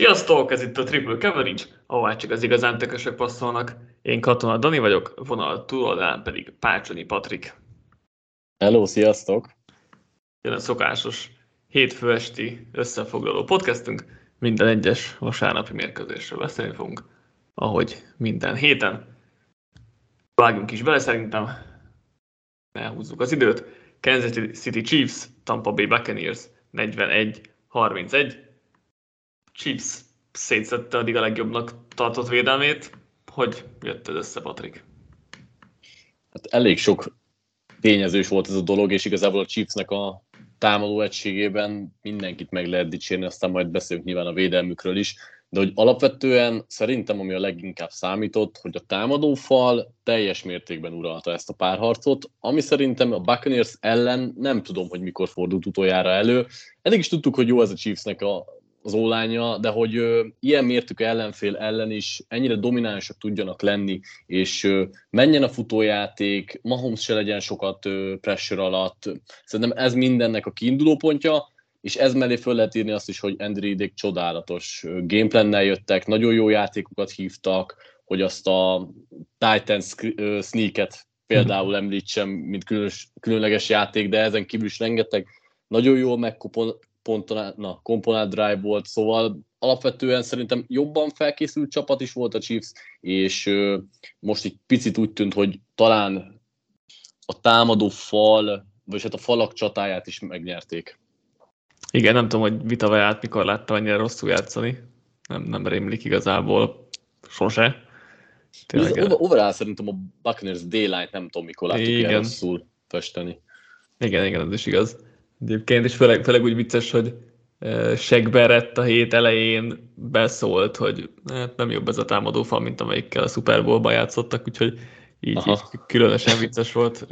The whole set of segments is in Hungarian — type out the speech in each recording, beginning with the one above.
Sziasztok! Ez itt a Triple Coverage, ahová csak az igazán tökösök passzolnak. Én Katona Dani vagyok, vonal túloldalán pedig Pácsonyi Patrik. Hello, sziasztok! Jön a szokásos hétfő esti összefoglaló podcastünk. Minden egyes vasárnapi mérkőzésről beszélni fogunk, ahogy minden héten. Vágjunk is bele szerintem, elhúzzuk az időt. Kansas City Chiefs, Tampa Bay Buccaneers 41-31. Chiefs szétszette addig a legjobbnak tartott védelmét. Hogy jött ez össze, Patrik? Hát elég sok tényezős volt ez a dolog, és igazából a Chiefsnek a támadó egységében mindenkit meg lehet dicsérni, aztán majd beszélünk nyilván a védelmükről is, de hogy alapvetően szerintem, ami a leginkább számított, hogy a támadófal teljes mértékben uralta ezt a párharcot, ami szerintem a Buccaneers ellen nem tudom, hogy mikor fordult utoljára elő. Eddig is tudtuk, hogy jó ez a Chiefsnek az ólánya, de hogy ilyen mértékű ellenfél ellen is ennyire dominánsak tudjanak lenni, és menjen a futójáték, Mahomes se legyen sokat pressure alatt. Szerintem ez mindennek a kiinduló pontja, és ez mellé föl lehet írni azt is, hogy Andy Reidék csodálatos gameplannel jöttek, nagyon jó játékokat hívtak, hogy azt a Titan sneaket például említsem, mint különleges játék, de ezen kívül is rengeteg nagyon jól komponált drive volt, szóval alapvetően szerintem jobban felkészült csapat is volt a Chiefs, és most egy picit úgy tűnt, hogy talán a támadó fal, vagy hát a falak csatáját is megnyerték. Igen, nem tudom, hogy Vita Veát mikor látta annyira rosszul játszani. Nem rémlik igazából sose. Overall szerintem a Buccaneers D-line nem tudom, mikor láttuk ilyen rosszul festeni. Igen, ez is igaz. Egyébként is főleg úgy vicces, hogy Shaq Barrett a hét elején beszólt, hogy nem jobb ez a támadófal, mint amelyikkel a Super Bowl-ban játszottak, úgyhogy így különösen vicces volt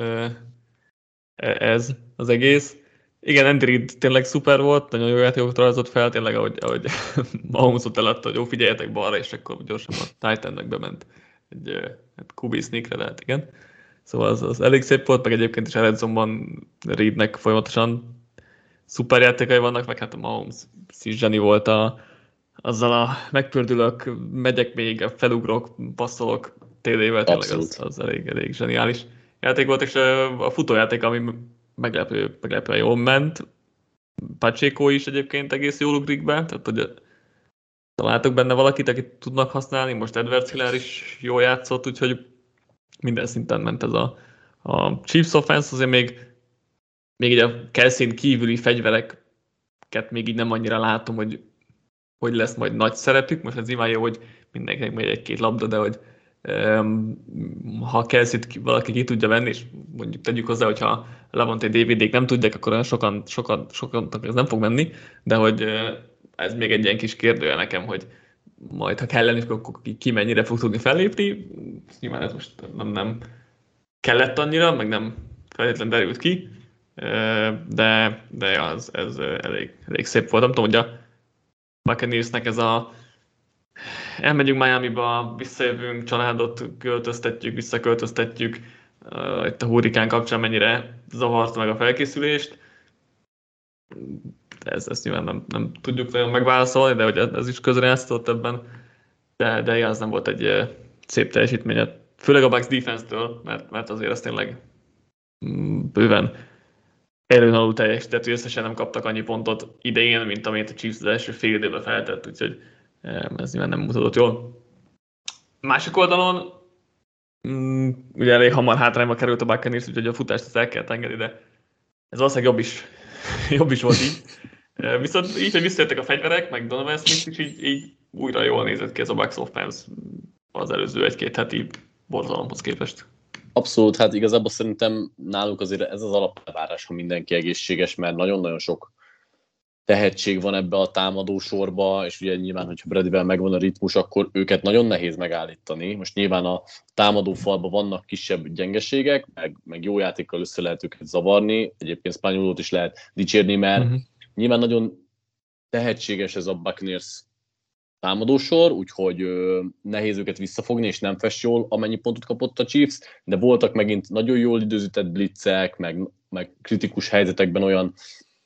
ez az egész. Igen, Andy Reid tényleg szuper volt, nagyon jó játékokat rajzolt fel, tényleg ahogy Mahomesot eladta, hogy jó, figyeljetek balra, és akkor gyorsan a Titannek bement egy QB sneakre, de hát igen. Szóval az elég szép volt, meg egyébként is a Red Zone-ban Reidnek folyamatosan szuper játékai vannak, meg hát a Mahomes zseni volt azzal a megpördülök, megyek még, felugrok, passzolok TD-vel, tényleg az elég zseniális játék volt, és a futójáték, ami meglepően jól ment. Pacheco is egyébként egész jól ugrik be, tehát hogy találtak benne valakit, akit tudnak használni, most Edwards Hiller is jól játszott, úgyhogy minden szinten ment ez a Chiefs offense, azért még így a Kelsey-n kívüli fegyvereket még így nem annyira látom, hogy lesz majd nagy szerepük. Most ez nyilván jó, hogy mindenkinek megy egy-két labda, de hogy ha Kelsey-t valaki ki tudja venni, és mondjuk tegyük hozzá, hogyha Lavonte Davidék nem tudják, akkor sokan ez nem fog menni, de hogy ez még egy ilyen kis kérdője nekem, hogy majd ha kellene, akkor ki mennyire fog tudni fellépni. Nyilván ez most nem kellett annyira, meg nem feltétlenül derült ki, de ez elég szép volt. Nem tudom, hogy a Buccaneersnek ez elmegyünk Miamiba, visszajövünk, családot visszaköltöztetjük, itt a hurrikán kapcsán mennyire zavarta meg a felkészülést. Ezt nyilván nem tudjuk nagyon megválaszolni, de hogy ez is közrejátszott ebben, de igaz nem volt egy szép teljesítménye, főleg a Bucs defense-től, mert azért ez tényleg bőven erőn alul teljesített, hogy összesen nem kaptak annyi pontot idején, mint amit a Chiefs az első fél időben feltett, úgyhogy ez nyilván nem mutatott jól. Másik oldalon ugye elég hamar hátrányba került a Buccaneers, úgyhogy a futást ezt el kellett engedni, de ez valószínűleg jobb is volt így. Viszont így, hogy visszajöttek a fegyverek, meg Donovan Smith is így újra jól nézett ki ez a Bucs offense az előző egy-két heti borzalomhoz képest. Abszolút, hát igazából szerintem náluk azért ez az alapelvárás, ha mindenki egészséges, mert nagyon-nagyon sok tehetség van ebbe a támadó sorba, és ugye nyilván, hogyha Bradyvel megvan a ritmus, akkor őket nagyon nehéz megállítani. Most nyilván a támadó falban vannak kisebb gyengeségek, meg jó játékkal össze lehet őket zavarni, egyébként Spaniolót is lehet dicsérni, mert nyilván nagyon tehetséges ez a Buccaneers támadósor, úgyhogy nehéz őket visszafogni, és nem fest jól, amennyi pontot kapott a Chiefs, de voltak megint nagyon jól időzített blitzek, meg kritikus helyzetekben olyan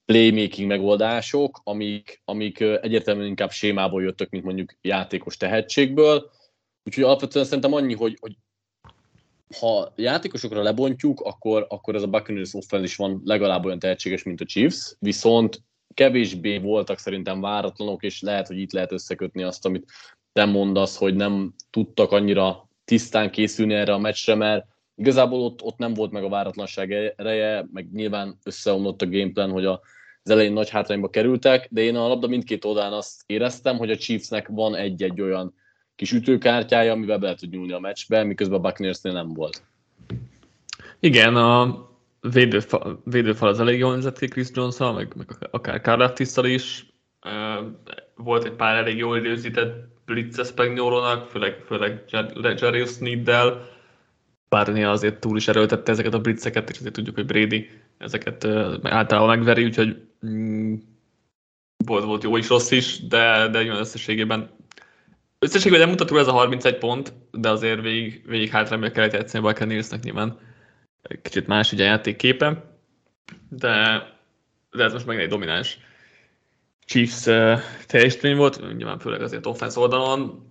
playmaking megoldások, amik egyértelműen inkább sémából jöttek, mint mondjuk játékos tehetségből. Úgyhogy alapvetően szerintem annyi, hogy ha játékosokra lebontjuk, akkor ez a Buccaneers offense is van legalább olyan tehetséges, mint a Chiefs, viszont kevésbé voltak szerintem váratlanok, és lehet, hogy itt lehet összekötni azt, amit te mondasz, hogy nem tudtak annyira tisztán készülni erre a meccsre, mert igazából ott nem volt meg a váratlanság ereje, meg nyilván összeomlott a gameplan, hogy az elején nagy hátrányba kerültek, de én a labda mindkét oldalán azt éreztem, hogy a Chiefsnek van egy-egy olyan kis ütőkártyája, amivel be tud nyúlni a meccsbe, miközben a Buccaneersnél nem volt. Igen, a védőfal az elég jól nézett ki Chris Jones-szal, meg akár Karlaftisszal is. Volt egy pár elég jól időzített blitzes Spagnuolo-nak, főleg Jarius Sneed-del, bár néha azért túl is erőltette ezeket a blitzeket, és azért tudjuk, hogy Brady ezeket általában megveri, úgyhogy volt jó is, rossz is, de jön összességében nem mutat ez a 31 pont, de azért végig hátrányba kellett játszani a Buccaneersnek nyilván. Kicsit más ugye a játékképe, de ez most meg egy domináns Chiefs teljesítmény volt, nyilván főleg azért offense oldalon.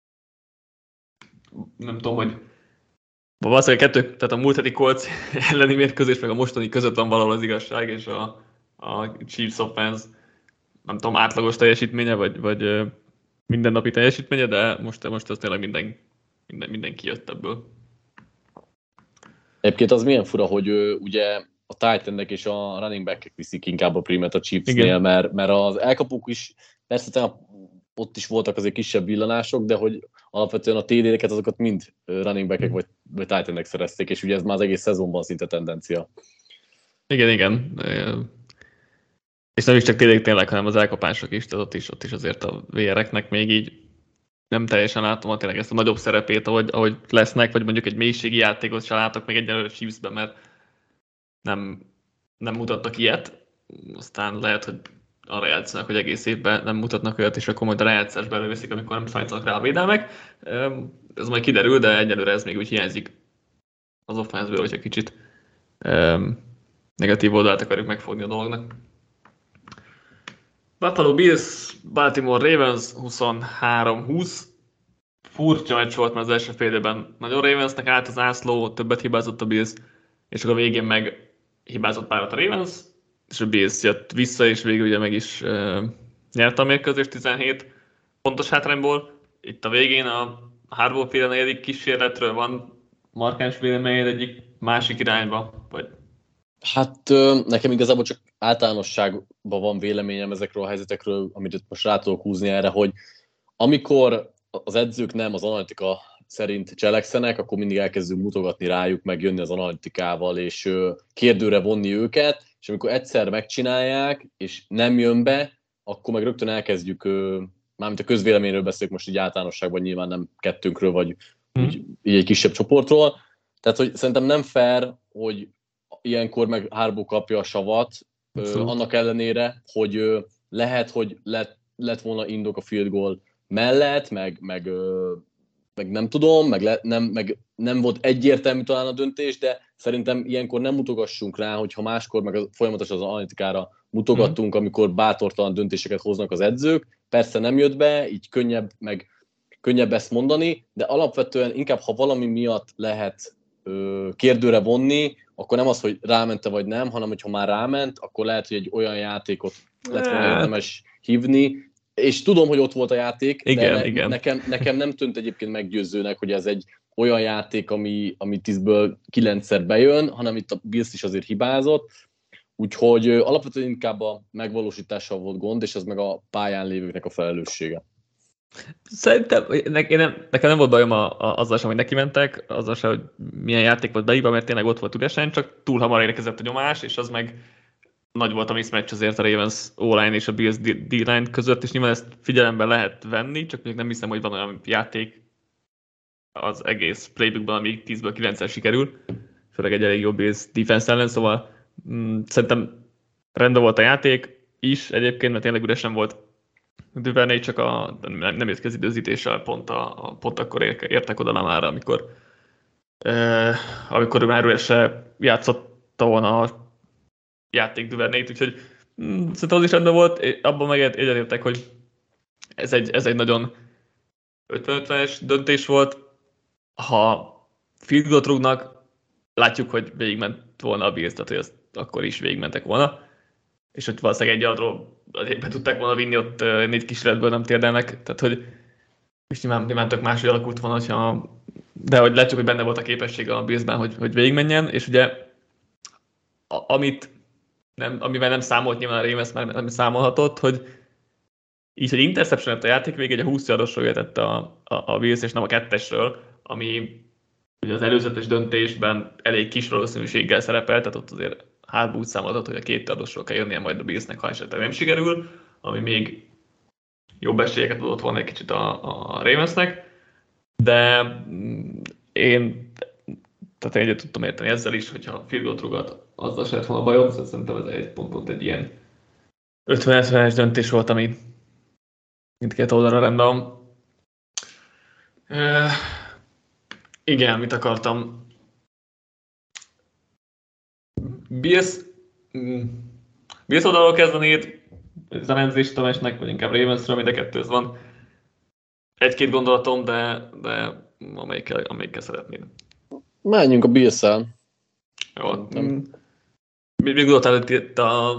Nem tudom, hogy valószínűleg tehát a múlt heti Colts elleni mérkőzés meg a mostani között van valahol az igazság, és a Chiefs offense nem tudom, átlagos teljesítménye, vagy mindennapi teljesítménye, de most az tényleg minden kijött ebből. Egyébként az milyen fura, hogy ugye a tight endek és a running back-ek viszik inkább a primet a Chiefsnél, mert az elkapók is, persze ott is voltak azért kisebb villanások, de hogy alapvetően a TD-eket azokat mind running back-ek vagy tight endek szerezték, és ugye ez már az egész szezonban szinte tendencia. Igen. És nem is csak tényleg, hanem az elkapások is, tehát ott is azért a VR-eknek még így nem teljesen látom tényleg ezt a nagyobb szerepét, ahogy lesznek, vagy mondjuk egy mélységi játékot sem látok még egyelőre Chiefsben, mert nem mutattak ilyet. Aztán lehet, hogy arra játszanak, hogy egész évben nem mutatnak olyat, és akkor majd a rájátszásba előveszik, amikor nem számítanak rá a védelmek. Ez majd kiderül, de egyelőre ez még úgy hiányzik az offense-ből, hogyha kicsit negatív oldalt akarjuk megfogni a dolognak. Buffalo Bills, Baltimore Ravens 23-20. Furcsa meccs volt, mert az első fél időben nagyon Ravensnek állt az ászló, többet hibázott a Bills, és akkor a végén meg hibázott párat a Ravens, és a Bills jött vissza, és végül ugye meg is nyerte a mérkőzést 17 pontos hátrányból. Itt a végén a Harbaugh-féle negyedik kísérletről van markáns véleményed egyik másik irányba, vagy? Hát nekem igazából csak általánosságban van véleményem ezekről a helyzetekről, amit most rá tudok húzni erre, hogy amikor az edzők nem az analitika szerint cselekszenek, akkor mindig elkezdünk mutogatni rájuk, meg jönni az analitikával, és kérdőre vonni őket, és amikor egyszer megcsinálják, és nem jön be, akkor meg rögtön elkezdjük, mármint a közvéleményről beszélünk most így általánosságban, nyilván nem kettőnkről, vagy így egy kisebb csoportról. Tehát, hogy szerintem nem fair, hogy ilyenkor meg Harbaugh kapja a savat, annak ellenére, hogy lehet, hogy lett volna indok a field goal mellett, meg nem tudom, meg nem volt egyértelmű talán a döntés, de szerintem ilyenkor nem mutogassunk rá, hogyha máskor meg folyamatosan az analitikára mutogattunk, amikor bátortalan döntéseket hoznak az edzők. Persze nem jött be, így könnyebb ezt mondani, de alapvetően inkább, ha valami miatt lehet kérdőre vonni, akkor nem az, hogy rámente vagy nem, hanem hogyha már ráment, akkor lehet, hogy egy olyan játékot lett volna érdemes hívni, és tudom, hogy ott volt a játék, igen. Nekem nem tűnt egyébként meggyőzőnek, hogy ez egy olyan játék, ami 10-ből 9-szer bejön, hanem itt a Bills is azért hibázott, úgyhogy alapvetően inkább a megvalósítással volt gond, és az meg a pályán lévőknek a felelőssége. Szerintem nekem nem volt bajom azzal sem, hogy neki mentek, azzal sem, hogy milyen játék volt beírva, mert tényleg ott volt üresen, csak túl hamar érkezett a nyomás, és az meg nagy volt a mismatch azért a Ravens O-line és a Bills D-line között, és nyilván ezt figyelembe lehet venni, csak még nem hiszem, hogy van olyan játék az egész playbookban, ami 10-ből 9-szer sikerül, főleg egy elég jó Bills defense ellen, szóval szerintem rendben volt a játék is egyébként, mert tényleg üresen volt Duvernay, csak nem jött ki az időzítéssel, pont akkor értek oda már, amikor már üresre játszotta volna a játék Duvernayt, úgyhogy Szerintem az is rendben volt, abban meg egyetértek, hogy ez egy nagyon 50-50-es döntés volt. Ha field goal rúgnak, látjuk, hogy végigment volna a Bills, tehát hogy ezt akkor is végigmentek volna, és hogy valószínűleg egy adról be tudták volna vinni, ott 4 kísérletből nem térdelnek, tehát hogy és nyilván tök máshogy alakult volna, hogyha, de hogy látjuk, hogy benne volt a képessége a Billsben, hogy végigmenjen, és ugye amivel nem számolt nyilván a Ravens, már nem számolhatott, hogy így, hogy interception lett a játék végig, egy 20 yardosról jöhetett a Bills, és nem a 2-esről, ami ugye az előzetes döntésben elég kis valószínűséggel szerepel, tehát ott azért hátba úgy számolhatott, hogy a 2 yardosról kell jönnie majd a Billsnek, ha esetleg nem sikerül, ami még jobb esélyeket adott volna egy kicsit a Ravensnek, de tehát én egyet tudtam érteni ezzel is, hogyha a field goal rúgat, azzal se lett volna bajom, szóval szerintem ez egy pont egy ilyen 50-50-es döntés volt, ami mindkét oldalra rendben van. Igen, mit akartam? Bills oldalról kezdenéd, Zenenzés Tamásnak, vagy inkább Ravensről, mind a kettőz van. Egy-két gondolatom, de amelyikkel szeretnéd. Menjünk a Bills-el. Jó. Még gondoltál itt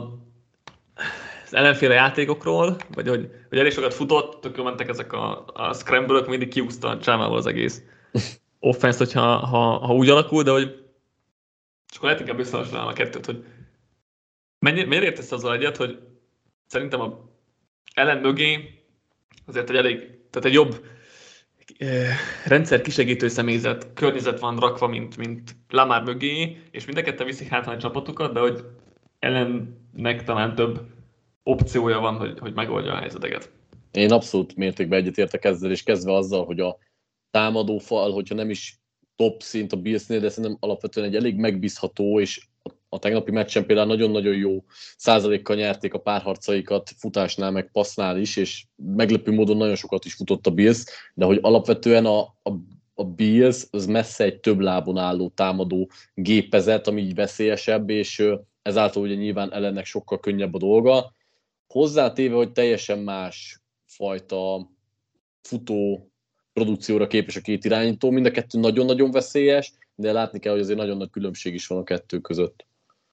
az ellenféle játékokról, vagy hogy elég sokat futott, tök jól mentek ezek a scramble-ök, mindig kiúzta a csámával az egész offense, hogyha úgy alakul, de hogy csak lehet inkább összehasonlálni a kettőt, hogy mennyire értesz azzal egyet, hogy szerintem a ellen mögé azért tehát egy jobb rendszer kisegítő személyzet, környezet van rakva, mint Lamar mögé, és mind a ketten viszik hátrán a csapatukat, de hogy ellennek talán több opciója van, hogy megoldja a helyzeteket. Én abszolút mértékben egyetértek ezzel, és kezdve azzal, hogy a támadó fal, hogyha nem is top szint a Billsnél, de szerintem alapvetően egy elég megbízható, és a tegnapi meccsen például nagyon-nagyon jó százalékkal nyerték a párharcaikat futásnál, meg passznál is, és meglepő módon nagyon sokat is futott a Bills, de hogy alapvetően a Bills az messze egy több lábon álló támadó gépezet, ami így veszélyesebb, és ezáltal ugye nyilván ellennek sokkal könnyebb a dolga. Hozzátéve, hogy teljesen más fajta futó produkcióra képes a két irányító, mind a kettő nagyon-nagyon veszélyes, de látni kell, hogy azért nagyon nagy különbség is van a kettő között.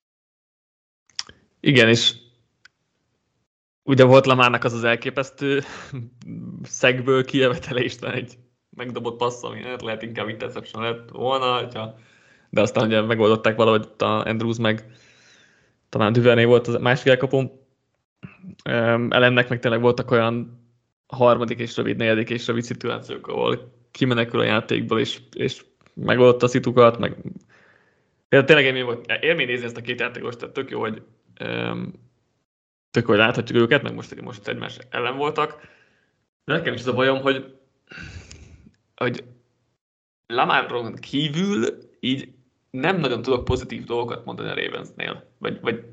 Igen, és ugye volt Lamarnak az elképesztő szegből kijövetelésben egy megdobott passz, ami lehet inkább interception lett volna, de aztán ugye megoldották valahogy a Andrews meg talán Duvernay volt az másik elkapó. Ellennek meg tényleg voltak olyan harmadik és rövid, negyedik és rövid szituációk, ahol kimenekül a játékból, és megoldott a szitukat, meg tényleg élmény nézni ezt a két játékost, tehát tök jó, hogy láthatjuk őket, meg most egymás ellen voltak. De nekem is az a bajom, hogy Lamaron kívül így nem nagyon tudok pozitív dolgokat mondani a Ravensnél. Vagy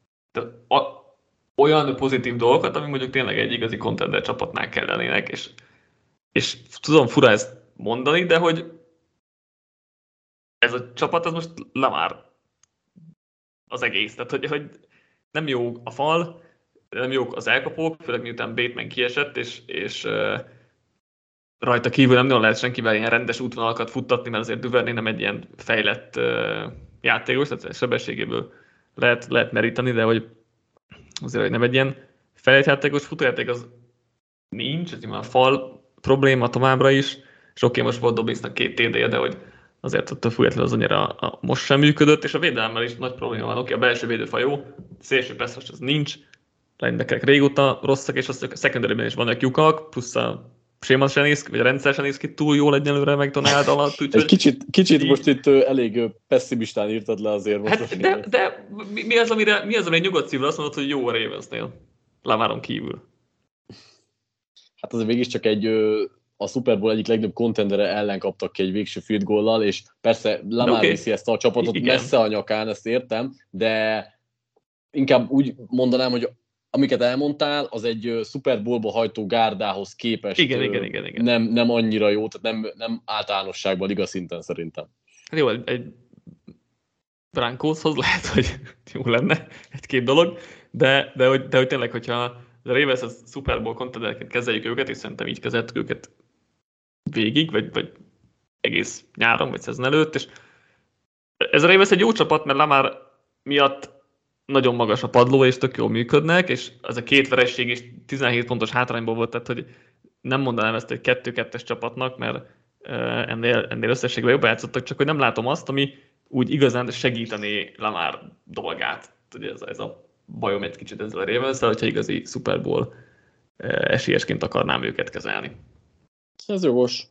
olyan pozitív dolgokat, ami mondjuk tényleg egy igazi contender csapatnál kellenének, és tudom fura ezt mondani, de hogy ez a csapat, ez most Lamar az egész. Tehát, hogy nem jó a fal, nem jók az elkapók, főleg miután Bateman kiesett, és rajta kívül nem nagyon lehet senkivel ilyen rendes útvonalakat futtatni, mert azért Duvernay nem egy ilyen fejlett játékos, tehát sebességéből lehet meríteni, de hogy azért, hogy nem egy ilyen fejlett játékos, futójáték az nincs, ez a fal probléma továbbra is, és oké, most volt Dobbinsnak 2 TD-je, de hogy azért attól függetlenül az annyira most sem működött, és a védelemmel is nagy probléma van. Oké, a belső védőfal jó, szélső pass az nincs, linebackerek régóta rosszak, és azt a secondary-ben is vannak lyukak, plusz a séma sem néz ki, vagy a rendszer sem néz ki túl jól egyelőre McDonald alatt. Úgyhogy kicsit most itt elég pessimistán írtad le azért. Hát de mi az, amire nyugodt szívvel azt mondod, hogy jó a Ravensnél, Lamaron kívül? Hát azért mégiscsak a Super Bowl egyik legnagyobb contendere ellen kaptak ki egy végső field goal-lal, és persze Lamar viszi ezt a csapatot messze a nyakán, ezt értem, de inkább úgy mondanám, hogy amiket elmondtál, az egy Super Bowl-ba hajtó gárdához képest igen. Nem annyira jó, tehát nem általánosságban liga szinten szerintem. Hát jó, egy Broncoshoz lehet, hogy jó lenne egy-két dolog, de hogy tényleg, hogyha a Ravens a Super Bowl contenderként kezeljük őket, és szerintem így kezeltük őket végig, vagy egész nyáron, vagy szezon előtt, és ez a Ravens egy jó csapat, mert Lamar miatt nagyon magas a padló, és tök jól működnek, és az a 2 vereség is 17 pontos hátrányból volt, tehát hogy nem mondanám ezt egy 2-2-es csapatnak, mert ennél összességben jobban játszottak, csak hogy nem látom azt, ami úgy igazán segítené Lamar dolgát. Ugye ez a bajom egy kicsit ezzel a Ravens-szel, hogyha igazi Super Bowl esélyesként akarnám őket kezelni. Ez jogos.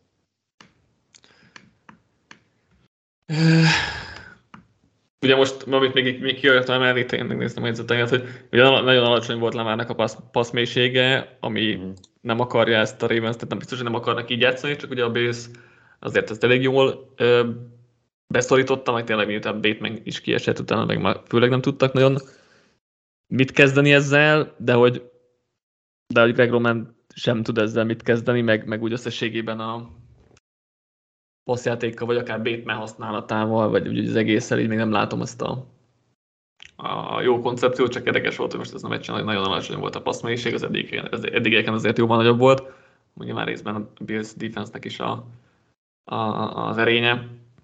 Ugye most, amit még kijöttem emelni, én megnéztem a jegyzeteimet, hogy ugye nagyon alacsony volt Lamarnak a passzmélysége, ami nem akarja ezt a Ravens, tehát nem biztos, hogy nem akarnak így játszani, csak ugye a Bills azért ezt elég jól beszorította, meg tényleg miután Bateman is kiesett, utána meg már főleg nem tudtak nagyon mit kezdeni ezzel, de hogy Greg Roman sem tud ezzel mit kezdeni, meg úgy összességében a passzjátékkal, vagy akár Bateman használatával, vagy úgy az egésszel, így még nem látom ezt a jó koncepciót, csak érdekes volt, hogy most ez nem egy nagyon alacsony volt a passzmennyiség, az eddigeken azért jóval nagyobb volt, ugye már részben a Bills defense-nek is az erénye,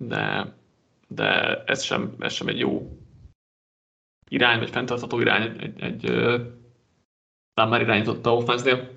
de ez sem egy jó irány, vagy fenntartható irány egy már irányította offense-nél.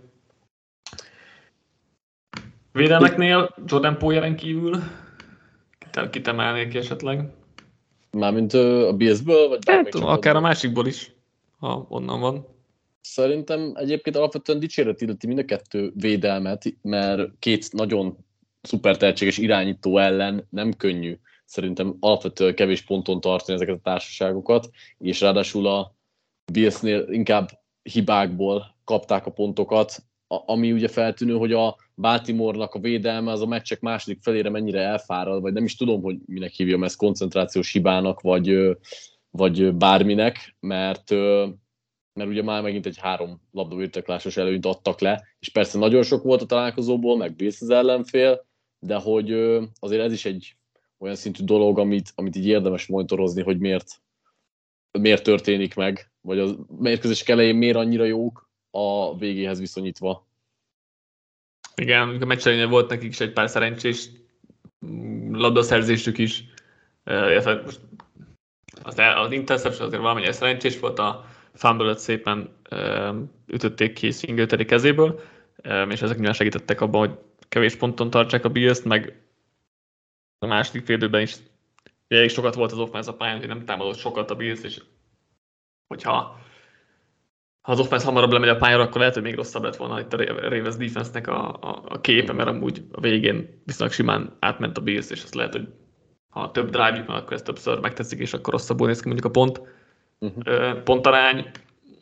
Védelmeknél Jordan Poyeren kívül kit emelnék ki esetleg? Mármint a Bills-ből? Vagy akár a másikból is, ha onnan van. Szerintem egyébként alapvetően dicséret illeti mind a 2 védelmet, mert 2 nagyon szuper tehetséges irányító ellen nem könnyű szerintem alapvetően kevés ponton tartani ezeket a társaságokat, és ráadásul a Billsnél inkább hibákból kapták a pontokat, ami ugye feltűnő, hogy a Baltimore-nak a védelme az a meccsek második felére mennyire elfárad, vagy nem is tudom, hogy minek hívjam ezt, koncentrációs hibának, vagy bárminek, mert ugye már megint egy 3 labdabirtoklásos előnyt adtak le, és persze nagyon sok volt a találkozóból, meg Bills az ellenfél, de hogy azért ez is egy olyan szintű dolog, amit így érdemes monitorozni, hogy miért történik meg, vagy a mérkőzések elején miért annyira jók a végéhez viszonyítva. Igen, a meccselénye volt nekik is egy pár szerencsés labdaszerzésük is. Most az interception azért valamennyire szerencsés volt, a fumble-öt szépen ütötték ki Singletary kezéből, és ezek nyilván segítettek abban, hogy kevés ponton tartsák a Bills-t, meg a második félidőben is elég sokat volt az offense a pályán, hogy nem támadott sokat a Bills, és hogyha az offense hamarabb lemegy a pályára, akkor lehet, hogy még rosszabb lett volna itt a Ravens defense-nek a képe, mert amúgy a végén viszonylag simán átment a Bills, és azt lehet, hogy ha több drive-juk van, akkor ezt többször megteszik, és akkor rosszabbul néz ki mondjuk a pontarány.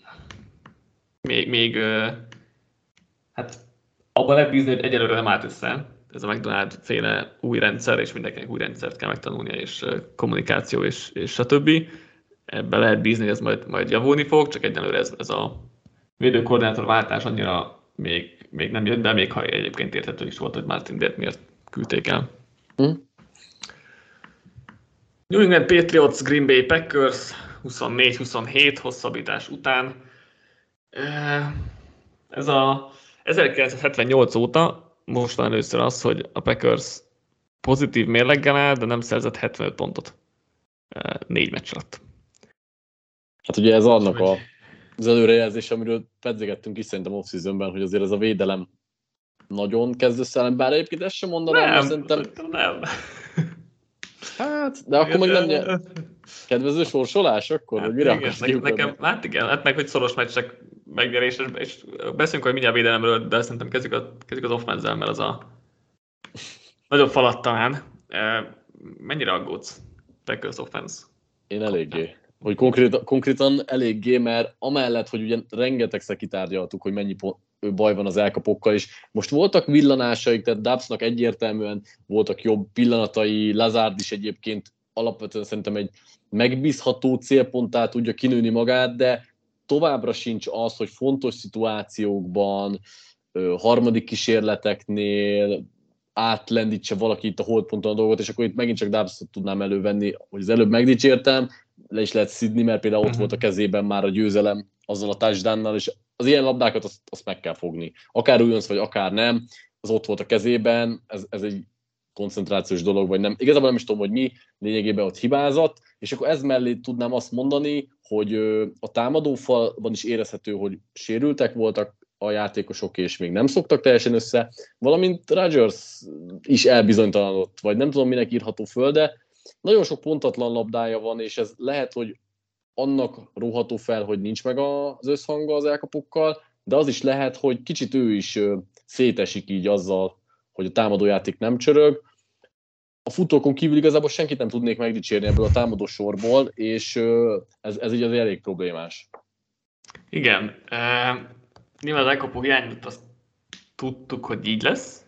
Még hát abban lehet bízni, hogy egyelőre nem állt össze ez a McDonald féle új rendszer, és mindenkinek új rendszert kell megtanulnia, és kommunikáció, és stb. Ebben lehet bízni, hogy ez majd javulni fog, csak egyelőre ez a védőkoordinátor váltás annyira még nem jött be, még ha egyébként érthető is volt, hogy Martin Dent miért küldték el. New England Patriots, Green Bay Packers 24-27 hosszabbítás után. Ez a 1978 óta most van először az, hogy a Packers pozitív mérleggel áll, de nem szerzett 75 pontot 4 meccs alatt. Hát ugye ez annak az előrejelzés, amiről pedzegettünk is szerintem off-seasonben, hogy azért ez a védelem nagyon kezd összeállni, bár egyébként ezt sem mondanám, mert szerintem... Nem. Hát, de akkor meg nem kedvező sorsolás akkor? Hát, mire nekem, hát meg, hogy szoros meccsek megnyerés, és beszélünk, hogy mindjárt védelemről, de szerintem kezdjük az offense-zel, mert az a nagyobb falat talán. Mennyire aggódsz Packers offense? Én eléggé. Hogy konkrétan eléggé, mert amellett, hogy ugye rengetegszer kitárgyaltuk, hogy mennyi baj van az elkapókkal is. Most voltak villanásaik, tehát Dubsnak egyértelműen voltak jobb pillanatai, Lazard is egyébként alapvetően szerintem egy megbízható célponttá tudja kinőni magát, de továbbra sincs az, hogy fontos szituációkban, harmadik kísérleteknél átlendítse valaki itt a holdponton a dolgot, és akkor itt megint csak Dubsot tudnám elővenni, hogy az előbb megdicsértem, le is lehet szidni, mert például ott volt a kezében már a győzelem azzal a touchdownnal, és az ilyen labdákat azt meg kell fogni. Akár újonc, vagy akár nem, az ott volt a kezében, ez egy koncentrációs dolog, vagy nem. Igazából nem is tudom, hogy mi, lényegében ott hibázott, és akkor ez mellé tudnám azt mondani, hogy a támadófalban is érezhető, hogy sérültek voltak a játékosok, és még nem szoktak teljesen össze, valamint Rodgers is elbizonytalanodott, vagy nem tudom, minek írható föl, de nagyon sok pontatlan labdája van, és ez lehet, hogy annak róható fel, hogy nincs meg az összhanga az elkapukkal, de az is lehet, hogy kicsit ő is szétesik így azzal, hogy a támadójáték nem csörög. A futókon kívül igazából senkit nem tudnék megdicsérni ebből a támadó sorból, és ez így az elég problémás. Igen. Nyilván az elkapó hiányot azt tudtuk, hogy így lesz,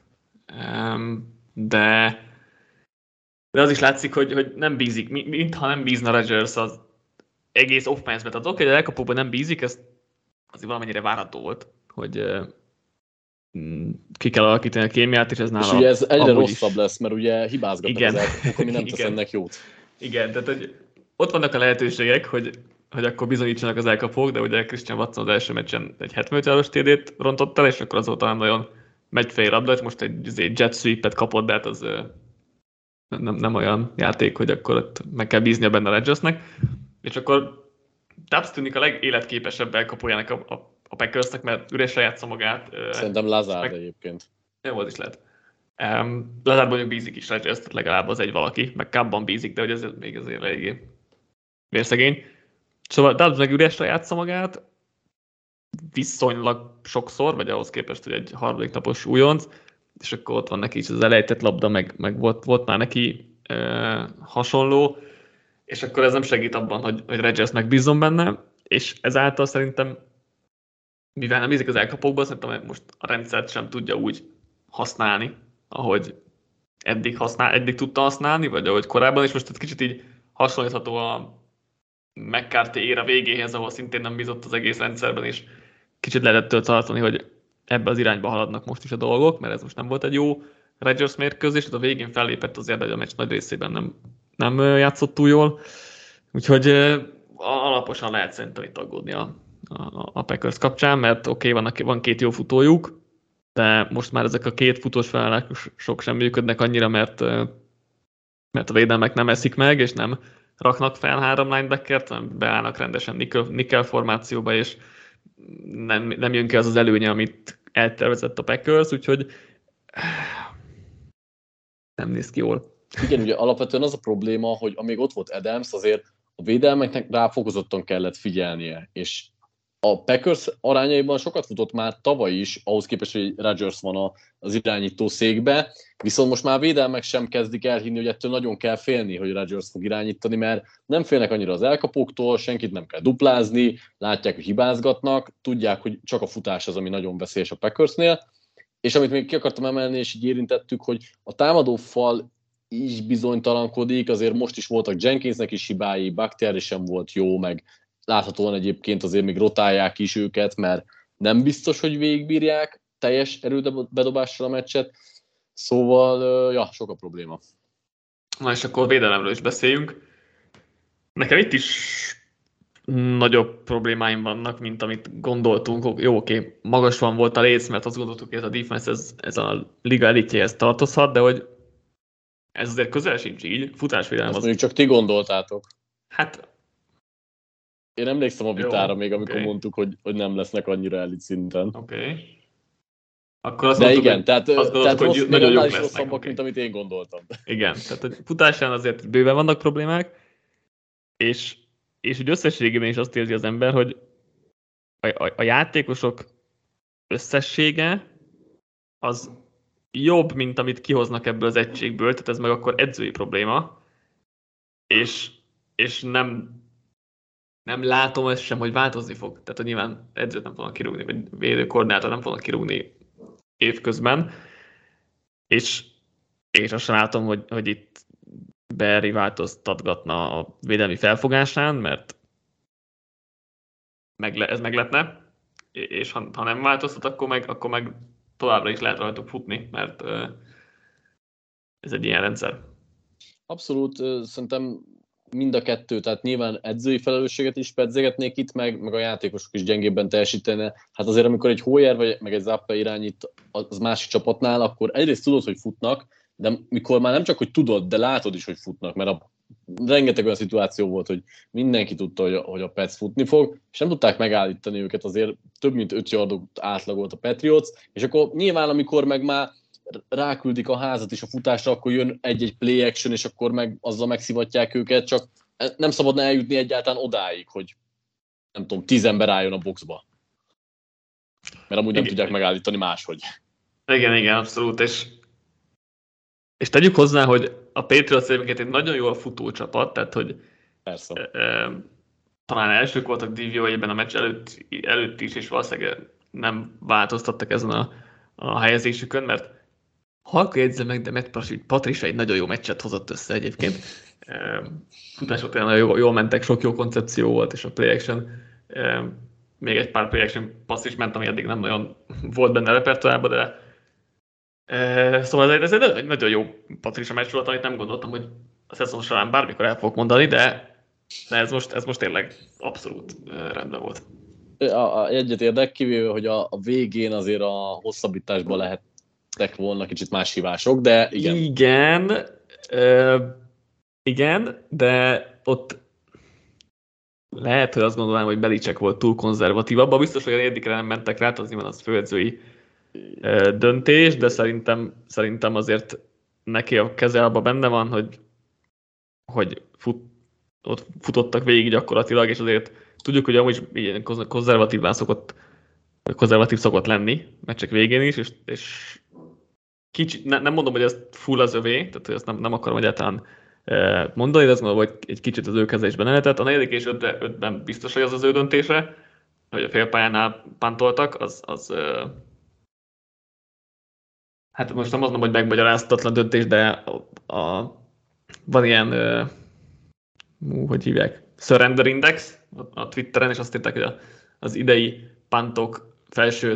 de az is látszik, hogy nem bízik, mintha nem bízna Rodgers az egész offense-be. Tehát oké, hogy az elkapóban nem bízik, ez azért valamennyire várható volt, hogy ki kell alakítani a kémiát, és ez nála. És ugye ez egyre rosszabb lesz, mert ugye hibázgatnak az elkapók, ami nem tesz Igen. ennek jót. Igen, tehát hogy ott vannak a lehetőségek, hogy akkor bizonyítsanak az elkapók, de ugye Christian Watson az első meccsen egy 75 yardos TD-t rontott el, és akkor azóta nem nagyon megy fél labda, és most egy jet sweep-et kapott, de hát az nem olyan játék, hogy akkor ott meg kell bíznia benne a Rodgersnek. És akkor Tubbs tűnik a legéletképesebb elkapójának a Packersnek, mert üresre játsza magát. Szerintem Lazard egyébként. Jó, volt is lehet. Lazard mondjuk bízik is Rodgers, tehát legalább az egy valaki, meg Cobbban bízik, de hogy ez még azért eléggé vérszegény. Szóval Tubbs meg üresre játsza magát, viszonylag sokszor, vagy ahhoz képest, hogy egy harmadik napos újonc, és akkor ott van neki is az elejtett labda, meg volt már neki hasonló, és akkor ez nem segít abban, hogy Rodgers megbízzon benne, és ezáltal szerintem, mivel nem bízik az elkapókban, szerintem most a rendszert sem tudja úgy használni, ahogy eddig tudta használni, vagy ahogy korábban, és most ez kicsit így hasonlítható a McCarthy éra végéhez, ahol szintén nem bízott az egész rendszerben, és kicsit lehetett tartani, hogy ebbe az irányba haladnak most is a dolgok, mert ez most nem volt egy jó Rodgers mérkőzés, a végén fellépett azért, hogy a meccs nagy részében nem játszott túl jól, úgyhogy alaposan lehet szerintem itt aggódni a Packers kapcsán, mert oké, van két jó futójuk, de most már ezek a két futós felállások sem működnek annyira, mert a védelmek nem eszik meg, és nem raknak fel 3 linebackert, hanem beállnak rendesen nickel formációba, és nem jön ki az előnye, amit eltervezett a Packers, úgyhogy nem néz ki jól. Igen, ugye alapvetően az a probléma, hogy amíg ott volt Adams, azért a védelmeknek ráfokozottan kellett figyelnie, és a Packers arányaiban sokat futott már tavaly is, ahhoz képest, hogy Rodgers van az irányító székbe, viszont most már a védelmek sem kezdik elhinni, hogy ettől nagyon kell félni, hogy Rodgers fog irányítani, mert nem félnek annyira az elkapóktól, senkit nem kell duplázni, látják, hogy hibázgatnak, tudják, hogy csak a futás az, ami nagyon veszélyes a Packersnél, és amit még ki akartam emelni, és így érintettük, hogy a támadó fal is bizonytalankodik, azért most is voltak Jenkinsnek is hibái, Bakhtiari sem volt jó, meg láthatóan egyébként azért még rotálják is őket, mert nem biztos, hogy végigbírják teljes erődobással a meccset, szóval, sok a probléma. Na és akkor védelemről is beszéljünk. Nekem itt is nagyobb problémáim vannak, mint amit gondoltunk. Jó, oké, magasban volt a léc, mert azt gondoltuk, hogy ez a defense, ez a liga elitjéhez tartozhat, de hogy ez azért közel sincs így. Futásvédelem azt mondjuk csak ti gondoltátok. Hát én emlékszem a vitára jó, még, amikor mondtuk, hogy nem lesznek annyira elit szinten. Oké. Akkor azt de mondtuk, igen, tehát hogy nagyon jók lesznek. Rosszabbak, mint amit én gondoltam. Igen, tehát a futásán azért bőven vannak problémák, és úgy összességében is azt érzi az ember, hogy a játékosok összessége az jobb, mint amit kihoznak ebből az egységből, tehát ez meg akkor edzői probléma, és nem látom ezt sem, hogy változni fog. Tehát nyilván edzőt nem fognak kirúgni, vagy védőkoordinátor nem fognak kirúgni évközben, és azt sem látom, hogy itt Barry változtatgatna a védelmi felfogásán, mert ez meglepne, és ha nem változtat, akkor meg továbbra is lehet rajtuk futni, mert ez egy ilyen rendszer. Abszolút, szerintem mind a kettő, tehát nyilván edzői felelősséget is pedzegetnék itt, meg a játékosok is gyengébben teljesítene. Hát azért, amikor egy Hoyer vagy meg egy Zappe irányít az másik csapatnál, akkor egyrészt tudod, hogy futnak, de mikor már nem csak, hogy tudod, de látod is, hogy futnak, mert rengeteg olyan szituáció volt, hogy mindenki tudta, hogy a Pets futni fog, és nem tudták megállítani őket, azért több mint 5 yardot átlagolt a Patriots, és akkor nyilván, amikor meg már ráküldik a házat is a futásra, akkor jön egy-egy play action, és akkor meg azzal megszivatják őket, csak nem szabadna eljutni egyáltalán odáig, hogy nem tudom, 10 ember álljon a boxba. Mert amúgy nem tudják megállítani máshogy. Igen, abszolút, és tegyük hozzá, hogy a Patriots egy nagyon jól futó csapat, tehát hogy persze. Talán elsők voltak DVOA-ben a meccs előtt is, és valószínűleg nem változtattak ezen a helyezésükön, mert halka jegyzem meg, de Matt Patricia egy nagyon jó meccset hozott össze egyébként. Futások tényleg jól mentek, sok jó koncepció volt, és a play action, még egy pár play action passz is ment, ami eddig nem nagyon volt benne a repertoárban, de szóval ez egy nagyon jó Patricia meccs volt, amit nem gondoltam, hogy a szezon során bármikor el fogok mondani, de ez most tényleg abszolút rendben volt. Egyet érdek, kivéve, hogy a végén azért a hosszabbításban lehettek volna kicsit más hívások, de igen. Igen, de ott lehet, hogy azt gondolom, hogy Belichick volt túl konzervatív. Abban biztos, hogy a negyedikre nem mentek rá, az nyilván az főedzői döntés, de szerintem azért neki a keze abban benne van, hogy ott futottak végig gyakorlatilag, és azért tudjuk, hogy amúgy ilyen konzervatív szokott lenni, meccsek végén is, és kicsit, nem mondom, hogy ez full az övé, tehát hogy ezt nem akarom egyáltalán mondani, de azt mondom, hogy egy kicsit az ő kezelésben lehetett. A 4. és 5-ben biztos, hogy az ő döntése, hogy a félpályánál pántoltak, az hát most nem azt mondom, hogy megmagyarázhatatlan döntés, de van ilyen hogy hívják, Surrender Index a Twitteren, és azt írták, hogy az idei pantok felső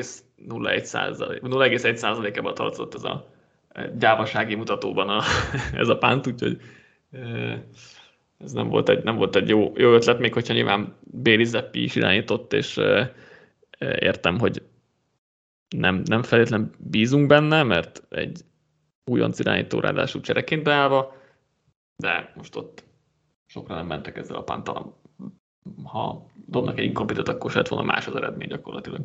0,1%-ában tartozott ez a gyávasági mutatóban ez a pánt, úgyhogy ez nem volt egy jó ötlet, még hogyha nyilván Bailey Zappi is irányított, és értem, hogy nem feltétlenül bízunk benne, mert egy újonc irányító ráadásul csereként beállva, de most ott sokra nem mentek ezzel a pántal. Ha dobnak egy inkompitet, akkor se lett volna más az eredmény gyakorlatilag.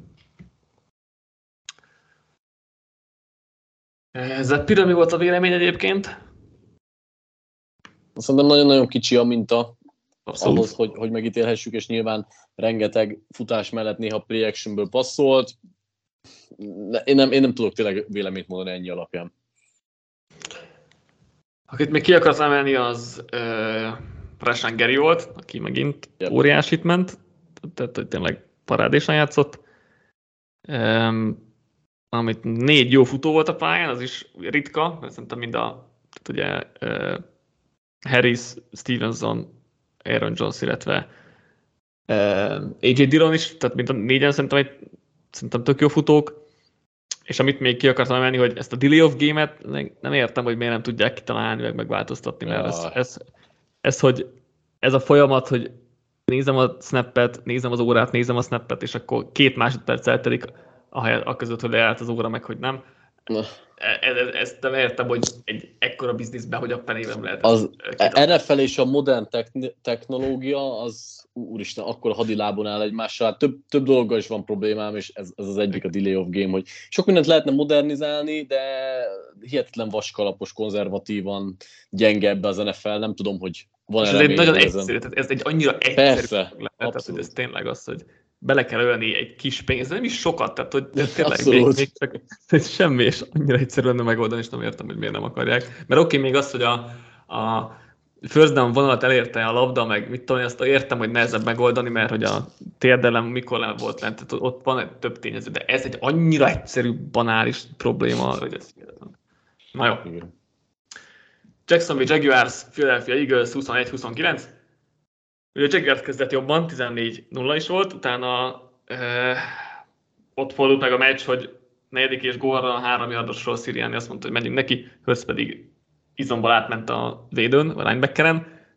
Zeppire mi volt a vélemény egyébként? Szerintem nagyon-nagyon kicsi a minta. Abszolút. Ahhoz, hogy megítélhessük, és nyilván rengeteg futás mellett néha play actionből passzolt. Én nem tudok tényleg véleményt mondani ennyi alapján. Akit még ki akarsz emelni, az Rashan Gary volt, aki megint óriásit ment, tehát hogy tényleg parádésan játszott. Amit 4 jó futó volt a pályán, az is ritka, mert szerintem mind ugye Harris, Stevenson, Aaron Jones, illetve AJ Dillon is, tehát mind a 4-en szerintem tök jó futók. És amit még ki akartam emelni, hogy ezt a delay of game-et nem értem, hogy miért nem tudják kitalálni, meg megváltoztatni, mert hogy ez a folyamat, hogy nézem a snappet, nézem az órát, nézem a snappet, és akkor 2 másodperc eltelik a között, hogy leállt az óra, meg hogy nem. Ezt nem értem, hogy egy ekkora bizniszben, hogy a penében lehet. Az NFL és a modern technológia, az úristen, akkor a hadilábon áll egymással. Több dologgal is van problémám, és ez az egyik a delay of game, hogy sok mindent lehetne modernizálni, de hihetetlen vaskalapos, konzervatívan gyenge ebbe az NFL. Nem tudom, hogy van-e ez egy nagyon egyszerű, tehát ez egy annyira egyszerű lehet, hogy ez tényleg az, hogy bele kell ölni egy kis pénzt, nem is sokat, tehát hogy tényleg még csak semmi, és annyira egyszerű lenne megoldani, és nem értem, hogy miért nem akarják. Mert oké, még az, hogy a first down vonalat elérte a labda, meg mit tudom, azt értem, hogy nehezebb megoldani, mert hogy a térdelem mikor nem volt lent, tehát ott van egy több tényező, de ez egy annyira egyszerű, banális probléma, hogy ez hihetetlen. Na jó. Jacksonville Jaguars, Philadelphia Eagles 21-29. Ugye a Jaguars kezdett jobban, 14-0 is volt, utána ott fordult meg a meccs, hogy 4. és gólra a 3 yardosról Sirianni azt mondta, hogy menjünk neki, Hurst pedig izomból átment a védőn, a linebackeren,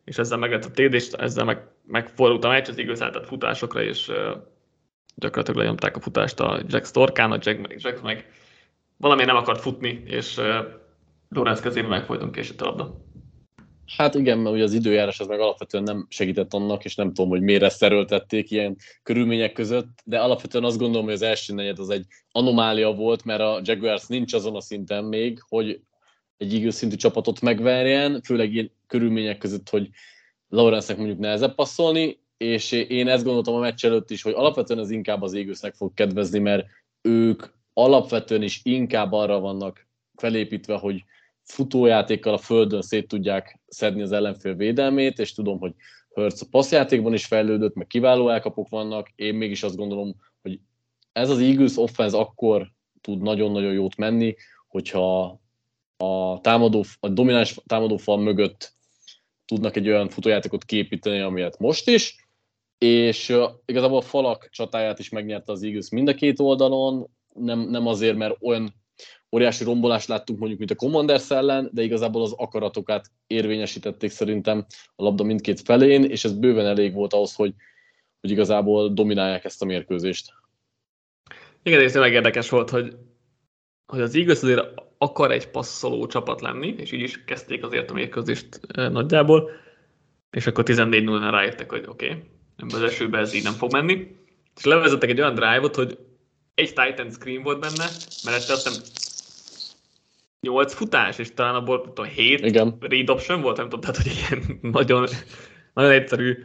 és ezzel meg lett a TD, és ezzel megfordult a meccs, az Eagles állt futásokra, és gyakorlatilag lenyomták a futást a Jack torkán, a Jack meg valamiért nem akart futni, és Lawrence kezében megfojtunk késett a labda. Hát igen, mert ugye az időjárás az meg alapvetően nem segített annak, és nem tudom, hogy miért szeröltették ilyen körülmények között, de alapvetően azt gondolom, hogy az első negyed az egy anomália volt, mert a Jaguars nincs azon a szinten még, hogy egy Eagles szintű csapatot megverjen, főleg ilyen körülmények között, hogy Lawrence-nek mondjuk nehezebb passzolni, és én ezt gondoltam a meccs előtt is, hogy alapvetően ez inkább az Eaglesnek fog kedvezni, mert ők alapvetően is inkább arra vannak felépítve, hogy futójátékkal a földön szét tudják szedni az ellenfél védelmét, és tudom, hogy Hurts a passzjátékban is fejlődött, meg kiváló elkapok vannak, én mégis azt gondolom, hogy ez az Eagles offense akkor tud nagyon-nagyon jót menni, hogyha a domináns támadófal mögött tudnak egy olyan futójátékot képíteni, amilyet most is, és igazából a falak csatáját is megnyerte az Eagles mind a két oldalon, nem azért, mert olyan óriási rombolást láttunk mondjuk, mint a Commanders ellen, de igazából az akaratokat érvényesítették szerintem a labda mindkét felén, és ez bőven elég volt ahhoz, hogy igazából dominálják ezt a mérkőzést. Igen, és tényleg érdekes volt, hogy az Eagles azért akar egy passzoló csapat lenni, és így is kezdték azért a mérkőzést nagyjából, és akkor 14-0-nál rájöttek, hogy oké, az esőben ez így nem fog menni, és levezettek egy olyan drive-ot, hogy egy Titan screen volt benne, mert azt hiszem 8 futás, és talán abból 7 Igen. read option volt, nem tudom, tehát hogy ilyen nagyon, nagyon egyszerű,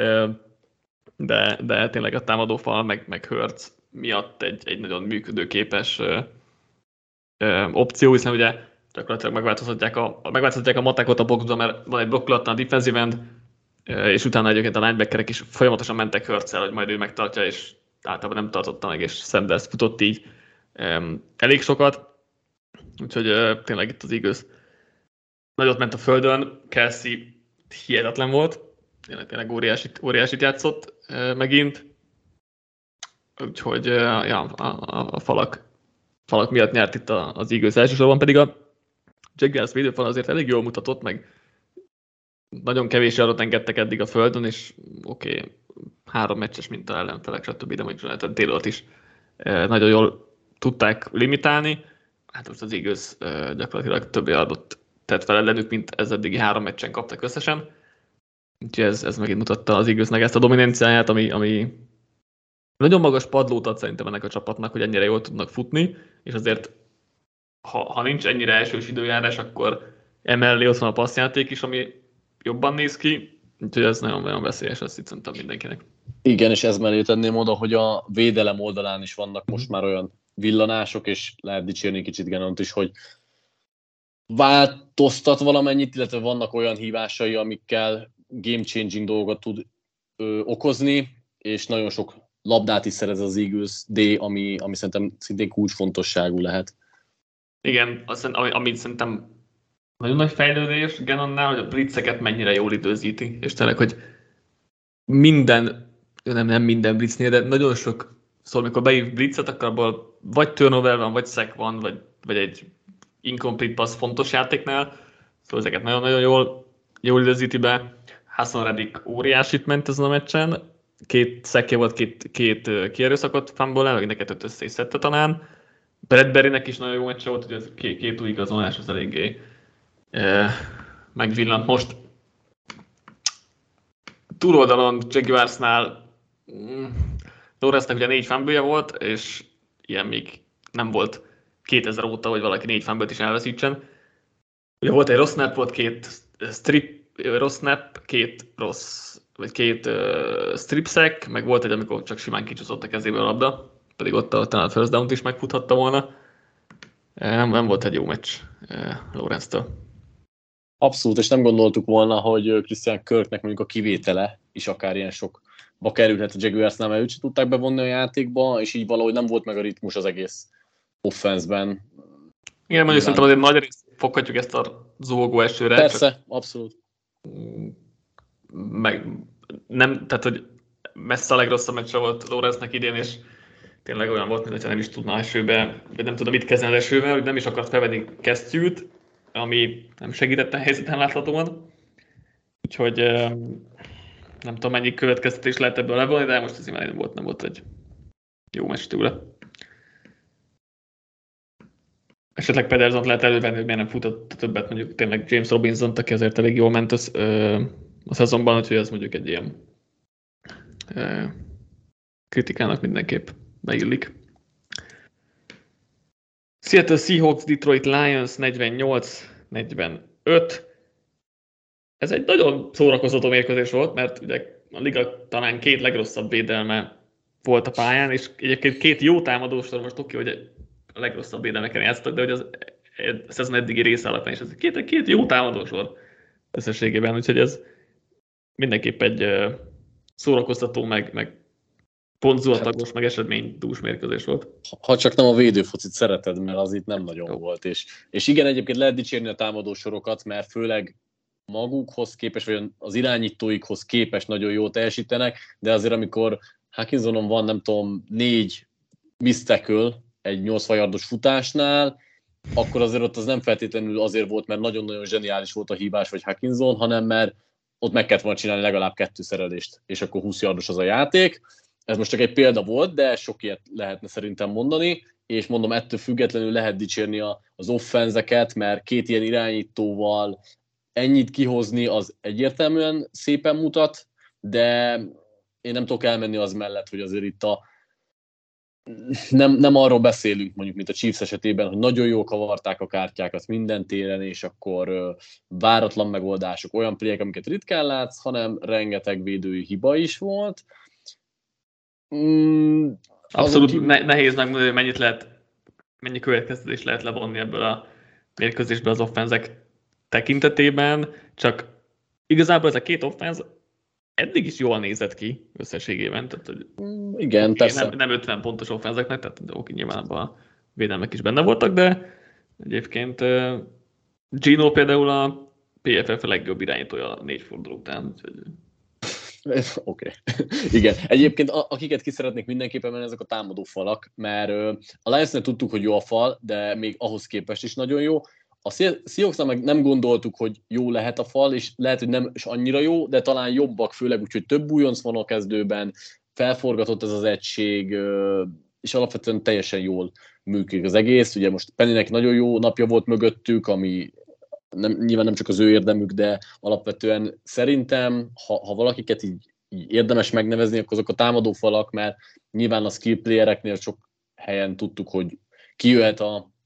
de tényleg a támadófal meg Hurts miatt egy nagyon működőképes opció, hiszen ugye gyakorlatilag megváltoztatják a matekot a boxba, mert van egy blokkolatlan a defensive end, és utána egyébként a linebackerek is folyamatosan mentek Hurts-el, hogy majd ő megtartja, és általában nem tartotta meg, és Sanders futott így elég sokat. Úgyhogy tényleg itt az Eagles nagyot ment a földön, Kelsey hihetetlen volt, tényleg óriásit játszott megint, úgyhogy ja, a falak miatt nyert itt az Eagles, elsősorban pedig a Jaguars védőfal azért elég jól mutatott, meg nagyon kevés adat engedtek eddig a földön, és oké, 3 meccses minta ellenfelek, stb. De mondjuk Jonathan Taylort is nagyon jól tudták limitálni. Hát most az Eagles gyakorlatilag több adott tett fel ellenük, mint ez eddigi 3 meccsen kaptak összesen. Úgyhogy ez megint mutatta az Eaglesnek ezt a dominanciáját, ami nagyon magas padlót ad szerintem ennek a csapatnak, hogy ennyire jól tudnak futni, és azért ha nincs ennyire elsős időjárás, akkor emellé ott van a passzjáték is, ami jobban néz ki, úgyhogy ez nagyon-nagyon veszélyes, azt itt szerintem mindenkinek. Igen, és ez mellé tenném oda, hogy a védelem oldalán is vannak most már olyan villanások, és lehet dicsérni kicsit Gannont is, hogy változtat valamennyit, illetve vannak olyan hívásai, amikkel game-changing dolgot tud okozni, és nagyon sok labdát is szerez az Eagles D, ami szerintem szintén kulcsfontosságú lehet. Igen, amit szerintem nagyon nagy fejlődés Gannonnál, hogy a blitzeket mennyire jól időzíti, és tényleg, hogy nem minden blitznél, de nagyon sok szóval, amikor beív blitzet, akkor abból vagy turnover van, vagy sack van, vagy egy incomplete pass fontos játéknál, szóval ezeket nagyon-nagyon jól időzíti be. Hassan Reddick óriásit ment ezen a meccsen, 2 sackja volt, két kierőszakot fumble-el, meg neked össze is szedte talán. Bradburynek is nagyon jó meccse volt, hogy ez két új igazolás az eléggé megvillant most. Túloldalon Jaguarsnál Lawrence-nek ugye 4 fumble-je volt, és ilyen még nem volt 2000 óta, hogy valaki 4 fumble-t is elveszítsen. Ugye volt egy rossz snap, volt 2 rossz snap, 2 strip sack, meg volt egy, amikor csak simán kicsúszott a kezéből a labda, pedig ott talán a first down-t is megfuthatta volna. Nem volt egy jó meccs Lawrence-től. Abszolút, és nem gondoltuk volna, hogy Christian Kirknek mondjuk a kivétele is akár ilyen sokba kerülhet a Jaguarsnál, mert őt sem tudták bevonni a játékba, és így valahogy nem volt meg a ritmus az egész offenszben. Igen, mondjuk szerintem azért nagy részt foghatjuk ezt a zúgó esőre. Persze, csak abszolút. Nem, tehát, hogy messze a legrosszabb meccse volt Lawrence-nek idén, és tényleg olyan volt, mintha nem is tudna esőbe, vagy nem tudom mit kezdeni az esővel, hogy nem is akart felvenni kesztyűt, ami nem segített a helyzeten láthatóan. Úgyhogy nem tudom, mennyi következtetés lehet ebből levonni, de most ez már nem volt egy jó meccs tőle. Esetleg Pedersont lehet elővenni, hogy miért nem futott többet, mondjuk tényleg James Robinson, aki azért elég jól ment a szezonban, úgyhogy ez mondjuk egy ilyen kritikának mindenképp beillik. Seattle Seahawks, Detroit Lions 48-45. Ez egy nagyon szórakoztató mérkőzés volt, mert ugye a liga talán két legrosszabb védelme volt a pályán, és egyébként két jó támadósor, most oké, hogy a legrosszabb védelmeken játszottak, de hogy az a szezon eddigi része alapján is ez két jó támadósor összességében, úgyhogy ez mindenképp egy szórakoztató, meg pontzuatagos, meg esedménydús mérkőzés volt. Ha csak nem a védőfocit szereted, mert az itt nem nagyon volt. És igen, egyébként lehet dicsérni a támadósorokat, mert főleg magukhoz képest, vagy az irányítóikhoz képest nagyon jól teljesítenek, de azért amikor Hutchinsonon van, nem tudom, 4 miss tackle egy 80 yardos futásnál, akkor azért ott az nem feltétlenül azért volt, mert nagyon-nagyon zseniális volt a hívás, vagy Hutchinson, hanem mert ott meg kellett volna csinálni legalább 2 szerelést, és akkor 20 yardos az a játék. Ez most csak egy példa volt, de sok ilyet lehetne szerintem mondani, és mondom, ettől függetlenül lehet dicsérni az offenzeket, mert két ilyen irányítóval ennyit kihozni az egyértelműen szépen mutat, de én nem tudok elmenni az mellett, hogy azért itt nem arról beszélünk, mondjuk, mint a Chiefs esetében, hogy nagyon jól kavarták a kártyákat minden téren, és akkor váratlan megoldások, olyan playek, amiket ritkán látsz, hanem rengeteg védői hiba is volt. Abszolút nehéz megmondani, hogy mennyi következtetés lehet levonni ebből a mérkőzésből az offenzek tekintetében, csak igazából ez a két offenz eddig is jól nézett ki összességében. Tehát, hogy igen, persze. Nem 50 pontos offenzeknek, tehát oké, nyilván abban a védelmek is benne voltak, de egyébként Gino például a PFF legjobb irányítója a 4 forduló után. Oké. Igen. Egyébként akiket ki szeretnék mindenképpen menni, ezek a támadó falak, mert a Lionsnél tudtuk, hogy jó a fal, de még ahhoz képest is nagyon jó. A Seahawksnál meg nem gondoltuk, hogy jó lehet a fal, és lehet, hogy nem is annyira jó, de talán jobbak, főleg úgy, hogy több újonc van a kezdőben, felforgatott ez az egység, és alapvetően teljesen jól működik az egész. Ugye most Pennynek nagyon jó napja volt mögöttük, ami nyilván nem csak az ő érdemük, de alapvetően szerintem, ha valakiket így érdemes megnevezni, akkor azok a támadófalak, mert nyilván a skill playereknél sok helyen tudtuk, hogy kijöhet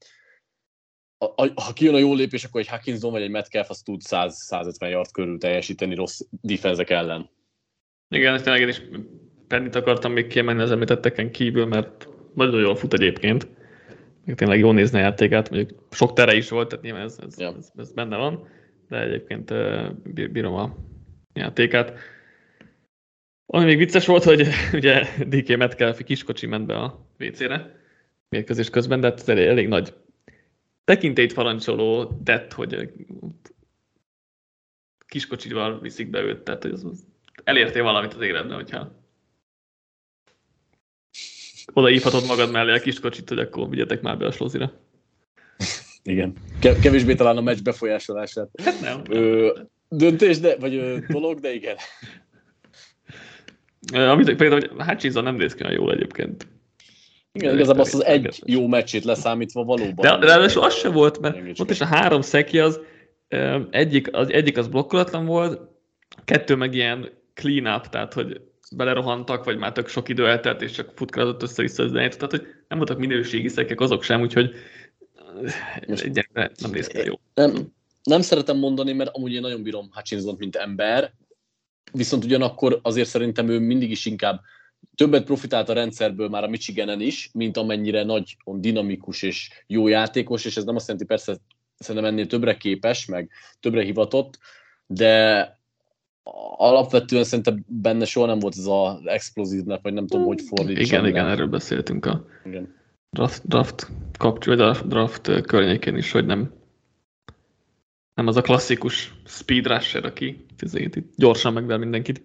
ha kijön a jó lépés, akkor egy Hutchinson vagy egy Metcalf az tud 100-150 yard körül teljesíteni rossz defenzek ellen. Igen, ezt tényleg én is Pennyt akartam még kiemelni az említetteken kívül, mert nagyon jól fut egyébként. Még tényleg jól nézni a játékát, mondjuk sok tere is volt, tehát nyilván ez benne van, de egyébként bírom a játékát. Ami még vicces volt, hogy ugye DK Metcalf kiskocsi ment be a WC-re mérkőzés közben, de ez elég nagy tekintélyt parancsoló tett, hogy kiskocsival viszik be őt, tehát hogy elértél valamit az életben, hogyha odaívhatod magad mellé a kiskocsit, hogy akkor vigyetek már be a slozira. Igen. Kevésbé talán a meccs befolyásolását. Hát nem. Döntés, vagy dolog, de igen. Amit például, hogy Hutchinson nem néz ki olyan jól egyébként. Igen, igazából azt az egy jó meccsét leszámítva valóban. De ráadásul az se volt, mert ott is a 3 szekje az egyik az blokkolatlan volt, 2 meg ilyen clean up, tehát hogy belerohantak, vagy már tök sok idő eltelt, és csak futkrázott össze-vissza az irányítót, tehát hogy nem voltak minőségi szekek azok sem, úgyhogy nem néz ki jó. Nem szeretem mondani, mert amúgy én nagyon bírom Hutchinsont, mint ember, viszont ugyanakkor azért szerintem ő mindig is inkább többet profitált a rendszerből már a Michiganen is, mint amennyire nagy, dinamikus és jó játékos, és ez nem azt jelenti, persze szerintem ennél többre képes, meg többre hivatott, de alapvetően szerintem benne soha nem volt ez az explozívnek, vagy nem tudom, hogy fordítsam. Igen, erről beszéltünk a draft környékén is, hogy nem az a klasszikus speed rusher, aki gyorsan megver mindenkit.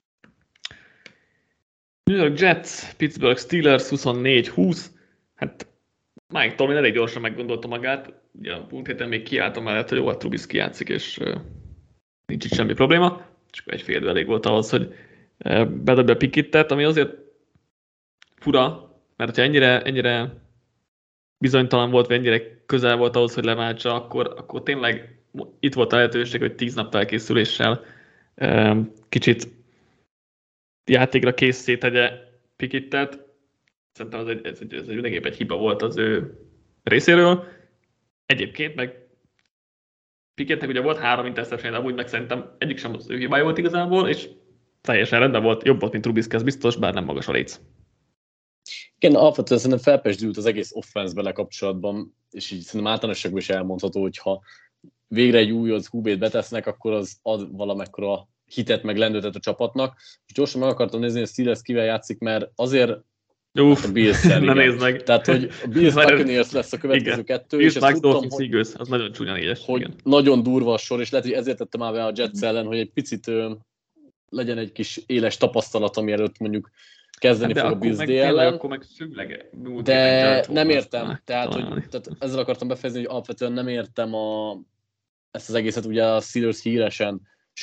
New York Jets, Pittsburgh Steelers 24-20. Hát Mike Tomlin elég gyorsan meggondolta magát. Ugye a múlt héten még kiálltam mellett, hogy jó, a Trubisky játszik, és nincs itt semmi probléma, csak egy fél idő elég volt ahhoz, hogy bedobja a Pickettet, ami azért fura, mert ha ennyire bizonytalan volt, vagy ennyire közel volt ahhoz, hogy leváltsa, akkor tényleg itt volt a lehetőség, hogy 10 nap felkészüléssel kicsit játékra készé tegye Pickettet. Szerintem ez mindenképp egy hiba volt az ő részéről. Egyébként meg Pickettnek ugye volt 3 interception, de amúgy meg szerintem egyik sem az ő hibája volt igazából, és teljesen rendben volt, jobb volt, mint Trubisky, ez biztos, bár nem magas a léc. Igen, alapvetően szerintem felpesdült az egész offense-bele kapcsolatban, és így szerintem általánosságban is elmondható, hogy ha végre egy újonc QB-t betesznek, akkor az ad valamekkora hitet meg lendületet a csapatnak. És gyorsan meg akartam nézni, hogy a Steelers kivel játszik, mert azért a Bills-szel, ne nézd meg. Tehát, hogy a Bills Buccaneers lesz a következő kettő, és ezt tudtam, hogy, az nagyon csúnya négyes. Hogy igen. nagyon durva a sor, és lehet, hogy ezért tettem már be a Jets ellen, hogy egy picit legyen egy kis éles tapasztalat, ami előtt mondjuk kezdeni fog a Bills ellen. Akkor meg szüglege. De nem értem. Tehát ezzel akartam befejezni, hogy alapvetően nem értem ezt az egészet. Ugye a Steelers híresen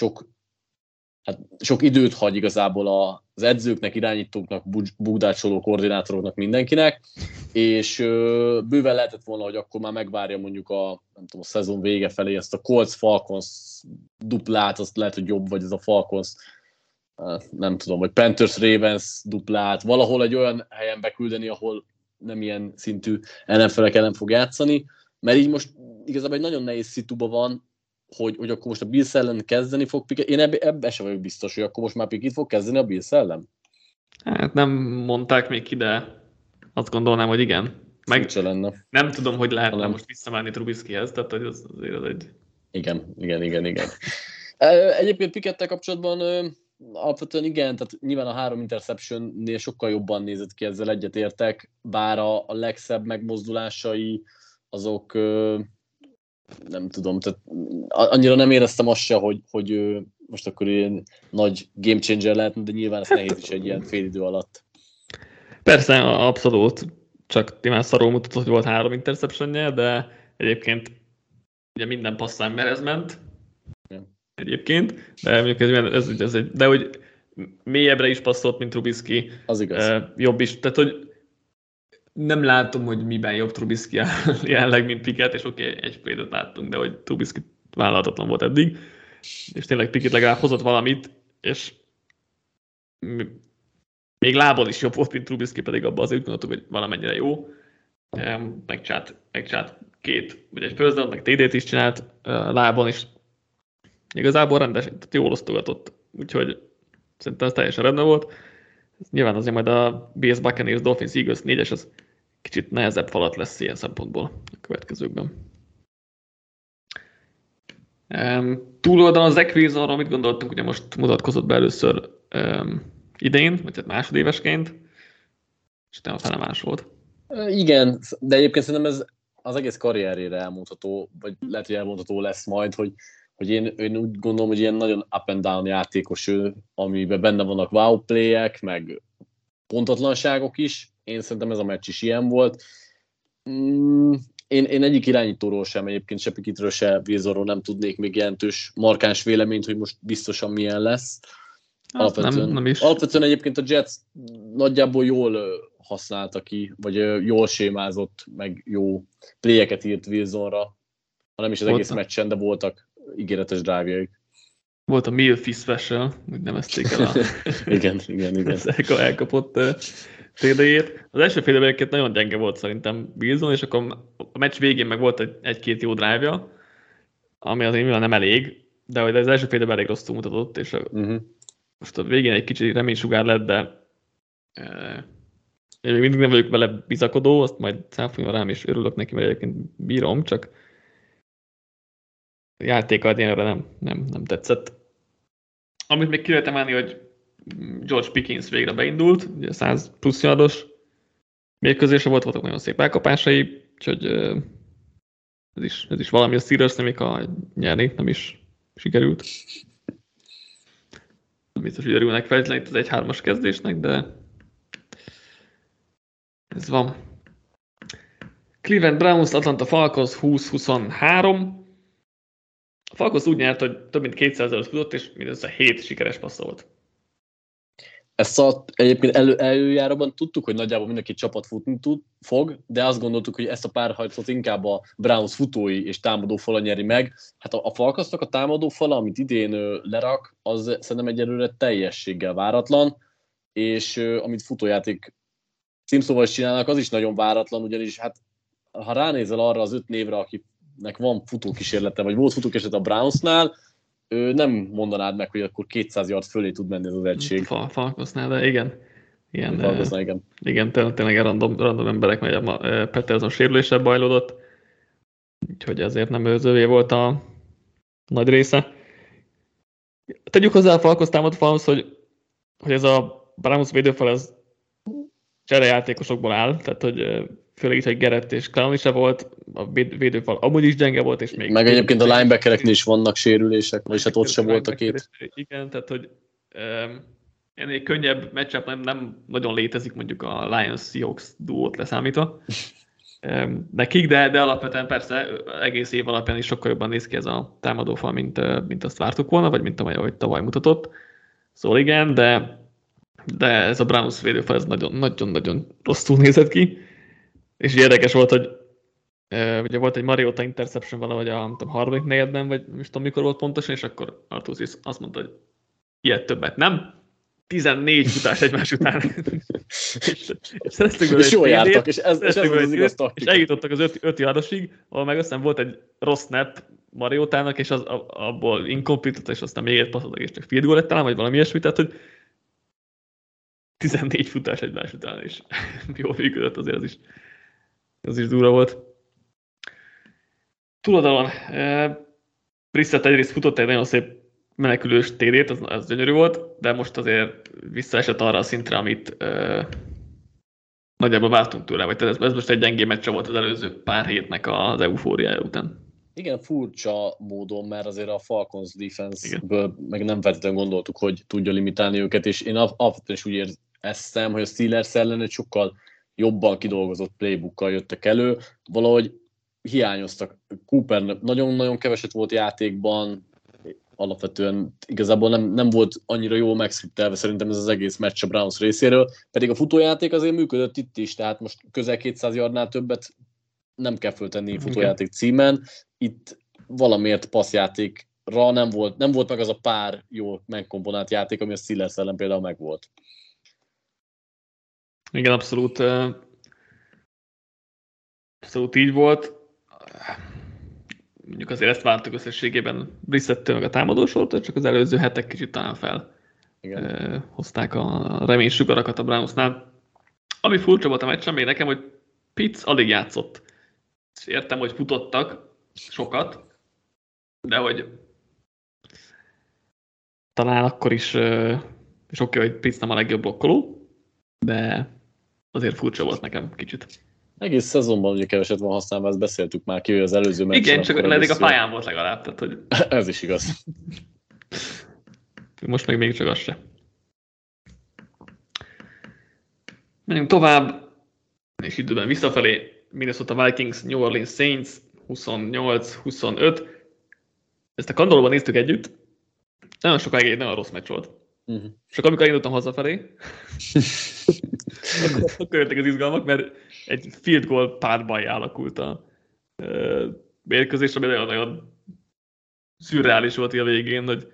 sok időt hagy igazából az edzőknek, irányítóknak, bugdácsoló koordinátoroknak, mindenkinek, és bőven lehetett volna, hogy akkor már megvárja mondjuk a szezon vége felé ezt a Colts-Falcons duplát, azt lehet, hogy jobb, vagy ez a Falcons, nem tudom, vagy Panthers-Ravens duplát, valahol egy olyan helyen beküldeni, ahol nem ilyen szintű ellenfelek ellen fog játszani, mert így most igazából egy nagyon nehéz szituba van, hogy akkor most a Bills ellen kezdeni fog Pickett. Én ebben sem vagyok biztos, hogy akkor most már Pickett fog kezdeni a Bills ellen. Hát nem mondták még ki, de azt gondolnám, hogy igen. Meg nem tudom, hogy lehetne most visszamenni Trubiskyhez, tehát hogy azért az egy... Igen. Egyébként Pickettel kapcsolatban alapvetően igen, tehát nyilván a 3 interceptionnél sokkal jobban nézett ki, ezzel egyetértek, bár a legszebb megmozdulásai azok nem tudom, tehát annyira nem éreztem azt se, hogy most akkor ilyen nagy game changer lehetne, de nyilván ez nehéz is egy ilyen fél idő alatt. Persze, abszolút, csak ti már szarul mutatott, hogy volt 3 interceptionje, de egyébként ugye minden passzán merez ment. Egyébként, de mondjuk de hogy mélyebbre is passzolt, mint Trubisky. Az igaz. Jobb is, tehát hogy nem látom, hogy miben jobb Trubisky jelenleg, mint Pickett, és oké, egy félet láttunk, de hogy Trubisky vállalhatatlan volt eddig, és tényleg Pickett legalább hozott valamit, és még lábon is jobb volt, mint Trubisky, pedig abban azért gondoltuk, hogy valamennyire jó. Megcsinált 2, vagy egy first down, meg TD-t is csinált lábon is. Igazából rendes, tehát jól osztogatott, úgyhogy szerintem ez teljesen rendben volt. Nyilván azért majd a Bills, Buccaneers, Dolphins, Eagles 4-es az kicsit nehezebb falat lesz ilyen szempontból a következőkben. Túloldalon Zach Wilsonról mit gondoltunk, ugye most mutatkozott be először idén, vagy hát másodévesként, és utána fele más volt. Igen, de egyébként szerintem ez az egész karrierére elmondható, vagy lehet, hogy elmondható lesz majd, hogy én úgy gondolom, hogy ilyen nagyon up and down játékos ő, amiben benne vannak wow playek, meg pontatlanságok is. Én szerintem ez a meccs is ilyen volt. Én egyik irányítóról sem, egyébként se Pickettről, se Wilsonról nem tudnék még jelentős markáns véleményt, hogy most biztosan milyen lesz. Alapvetően egyébként a Jets nagyjából jól használta ki, vagy jól sémázott, meg jó playeket írt Wilsonra, hanem is az egész meccsen, de voltak ígéretes drive-jaik. Volt a Milfi Special, úgy nevezték el igen. elkapott TD-jét. Az első fél időben nagyon gyenge volt szerintem Wilson, és akkor a meccs végén meg volt egy-két jó drive-ja, ami azért nyilván nem elég, de az első fél időben elég rosszul mutatott, és most a végén egy kicsit reménysugár lett, de én még mindig nem vagyok vele bizakodó, azt majd cáfoljon rám, és örülök neki, mert egyébként bírom, csak a játéka egyenlőre nem tetszett. Amit még ki lehet emelni, hogy George Pickens végre beindult, ugye 100 plusz yardos mérkőzése voltak nagyon szép elkapásai, úgyhogy ez is valami, a Steelers nem még nyerni nem is sikerült. Nem biztos, hogy örülnek feltétlenül itt az 1-3-as kezdésnek, de ez van. Cleveland Browns, Atlanta Falcons 20-23. A Falcons úgy nyert, hogy több mint 200 előtt futott, és mindössze 7 sikeres passza volt. Ezt egyébként előjáróban tudtuk, hogy nagyjából mindenki csapat futni fog, de azt gondoltuk, hogy ezt a párharcot inkább a Browns futói és támadó fala nyeri meg. Hát a Falconsnak a támadó fala, amit idén lerak, az szerintem egyelőre teljességgel váratlan, és amit futójáték címszóval is csinálnak, az is nagyon váratlan, ugyanis hát ha ránézel arra az 5 névre, akinek van futókísérlete, vagy volt futókísérlete a Brownsnál, nem mondanád meg, hogy akkor 200 yard fölé tud menni ez az egység. Falconsnál, de igen. Igen. Igen, tényleg random emberek, mert a Patterson sérüléssel bajlódott, úgyhogy ezért nem őzővé volt a nagy része. Tegyük hozzá a Falcons támadó falhoz, hogy ez a Browns védőfal ez cserejátékosokból áll, tehát hogy főleg itt, hogy Gerett és Clowney se volt, a védőfal amúgy is gyenge volt, és még... Meg egyébként a linebackereknél is vannak sérülések, vagyis hát ott se volt a két. Igen, tehát hogy ennél könnyebb matchup nem nagyon létezik, mondjuk a Lions-Seahawks duót leszámítva nekik, de alapvetően persze egész év alapján is sokkal jobban néz ki ez a támadófal, mint azt vártuk volna, vagy mint ahogy tavaly mutatott. Szóval igen, de ez a Browns védőfal ez nagyon-nagyon rosszul nézett ki, és érdekes volt, hogy ugye volt egy Mariota interception valahogy a harmadik negyedben, vagy nem tudom mikor volt pontosan, és akkor Arthur Smith azt mondta, hogy ilyet többet nem. 14 futás egymás után. és jól jártak, és ez az igaz taktika. És eljutottak az 5 yardosig, ahol meg aztán volt egy rossz snap Mariotának, és abból incomplete, és aztán még egy passzoltak, és csak field goal lett talán, vagy valami ilyesmi, tehát hogy 14 futás egymás után, és jól működött azért, az is durva volt. Túloldalon Brissett egyrészt futott egy nagyon szép menekülős TD-t, az gyönyörű volt, de most azért visszaesett arra a szintre, amit nagyjából vártunk tőle, vagy ez most egy gyengé meccse volt az előző pár hétnek az eufóriája után. Igen, furcsa módon, mert azért a Falcons defense-ből meg nem feltétlenül gondoltuk, hogy tudja limitálni őket, és én alapvetően is úgy érzem, hogy a Steelers ellen egy sokkal jobban kidolgozott playbookkal jöttek elő, valahogy hiányoztak. Cooper nagyon-nagyon keveset volt játékban, alapvetően igazából nem volt annyira jól megszkriptelve szerintem ez az egész meccs a Browns részéről, pedig a futójáték azért működött itt is, tehát most közel 200 yardnál többet nem kell föltenni futójáték címen, itt valamiért passzjátékra nem volt meg az a pár jó megkomponált játék, ami a Steelers ellen például megvolt. Igen, abszolút így volt. Mondjuk azért ezt vártuk összességében Brissettől meg a támadósortól, csak az előző hetek kicsit talán hozták a reménysugarakat a Brownsnál. Ami furcsa volt a meccsen még nekem, hogy Pitts alig játszott. És értem, hogy futottak sokat, de hogy talán akkor is, és oké, hogy Pitts nem a legjobb blokkoló, de azért furcsa volt nekem kicsit. Egész szezonban ugye keveset van használva, ezt beszéltük már ki, hogy az előző meccsen. Igen, csak eddig a pályán volt legalább. Tehát, hogy... Ez is igaz. Most meg még csak az se. Menjünk tovább, és időben visszafelé. Minnesota Vikings, New Orleans Saints 28-25. Ezt a kandolóban néztük együtt. Nagyon sokáig egy nagyon rossz meccs volt. Uh-huh. Csak amikor indultam hazafelé, akkor jöttek az izgalmak, mert egy field goal párbaj alakult a mérkőzés, ami nagyon szürreális volt a végén, hogy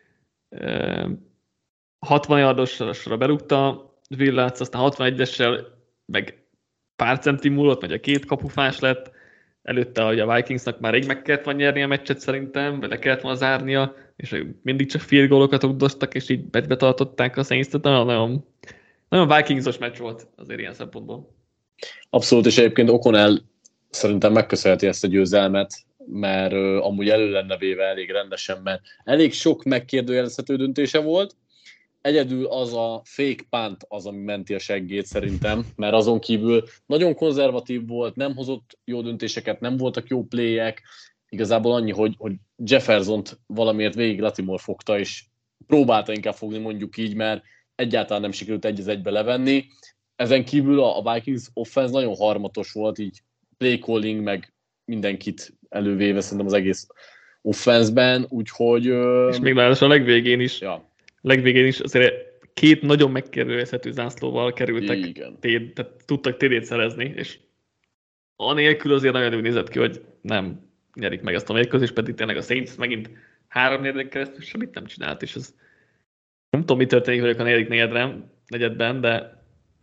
60 yardosra berúgta Villác, aztán 61-essel meg pár centi múlott, vagy a 2 kapufás lett, előtte a Vikingsnak már rég meg kellett volna nyerni a meccset szerintem, vagy le kellett volna zárnia, és mindig csak field goalokat rugdostak, és így betartották a Saints-t, nagyon Vikingsos meccs volt azért ilyen szempontból. Abszolút, és egyébként O'Connell szerintem megköszönheti ezt a győzelmet, mert amúgy elő lenne véve elég rendesen, mert elég sok megkérdőjelezhető döntése volt. Egyedül az a fake punt az, ami menti a seggét szerintem, mert azon kívül nagyon konzervatív volt, nem hozott jó döntéseket, nem voltak jó playek, igazából annyi, hogy Jeffersont valamiért végig Latimore fogta, és próbálta inkább fogni, mondjuk így, mert egyáltalán nem sikerült 1-1-be levenni. Ezen kívül a Vikings offense nagyon harmatos volt, így play calling, meg mindenkit elővéve szerintem az egész offenszben, úgyhogy... És még ráadásul a legvégén is. Ja. Legvégén is azért két nagyon megkérdőjelezhető zászlóval kerültek, tehát tudtak TD-t szerezni, és anélkül azért nagyon úgy nézett ki, hogy nem nyerik meg ezt a mérkőzést, pedig tényleg a Saints megint 3 negyedek keresztül semmit nem csinált, és ez nem tudom, mi történik velük a negyedik negyedben, de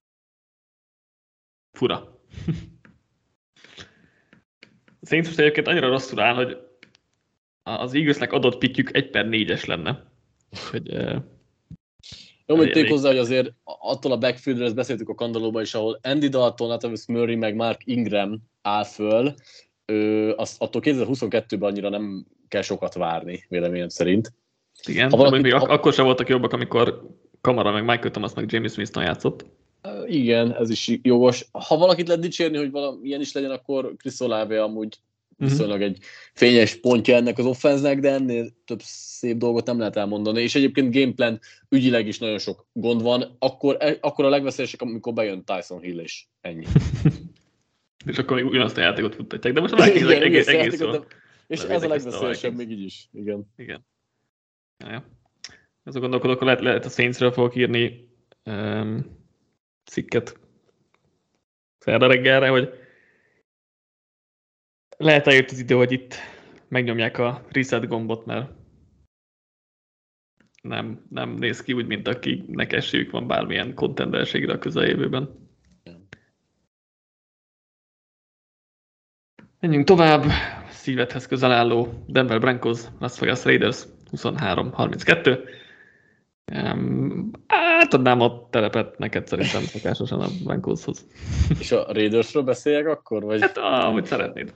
fura. A Saints most egyébként annyira rosszul áll, hogy az Eaglesnek adott pickjük 1/4-es lenne. Úgyhogy jó, hogyték hozzá, hogy azért attól a backfieldről, ezt beszéltük a Kandallóban is, ahol Andy Dalton, Latavius Murray meg Mark Ingram áll föl, attól 2022-ben annyira nem kell sokat várni, véleményem szerint. Igen, valaki, akkor sem voltak jobbak, amikor Kamara, meg Michael Thomas, meg James Winston játszott. Igen, ez is jogos. Ha valakit lehet dicsérni, hogy valami ilyen is legyen, akkor Chris Olave amúgy viszonylag egy fényes pontja ennek az offense-nek, de ennél több szép dolgot nem lehet elmondani. És egyébként gameplan ügyileg is nagyon sok gond van. Akkor a legveszélyesek, amikor bejön Tyson Hill, és ennyi. És akkor még ugyanazt a játékot futtatják, de most a egész jól. És ez a legveszélyesebb még így is. Igen. Ja. Azon gondolkodok, akkor lehet a Saintsről fogok írni cikket szerda reggelre, hogy lehet eljött az idő, hogy itt megnyomják a reset gombot, mert nem néz ki úgy, mint akinek esélyük van bármilyen contenderségre a közeljövőben. Menjünk tovább. Szívedhez közel álló Denver Broncos, Las Vegas Raiders 23-32. Átadnám a telepet neked szerintem szokásosan a Broncoshoz. És a Raidersről beszéljek akkor? Vagy? Hát, ahogy szeretnéd.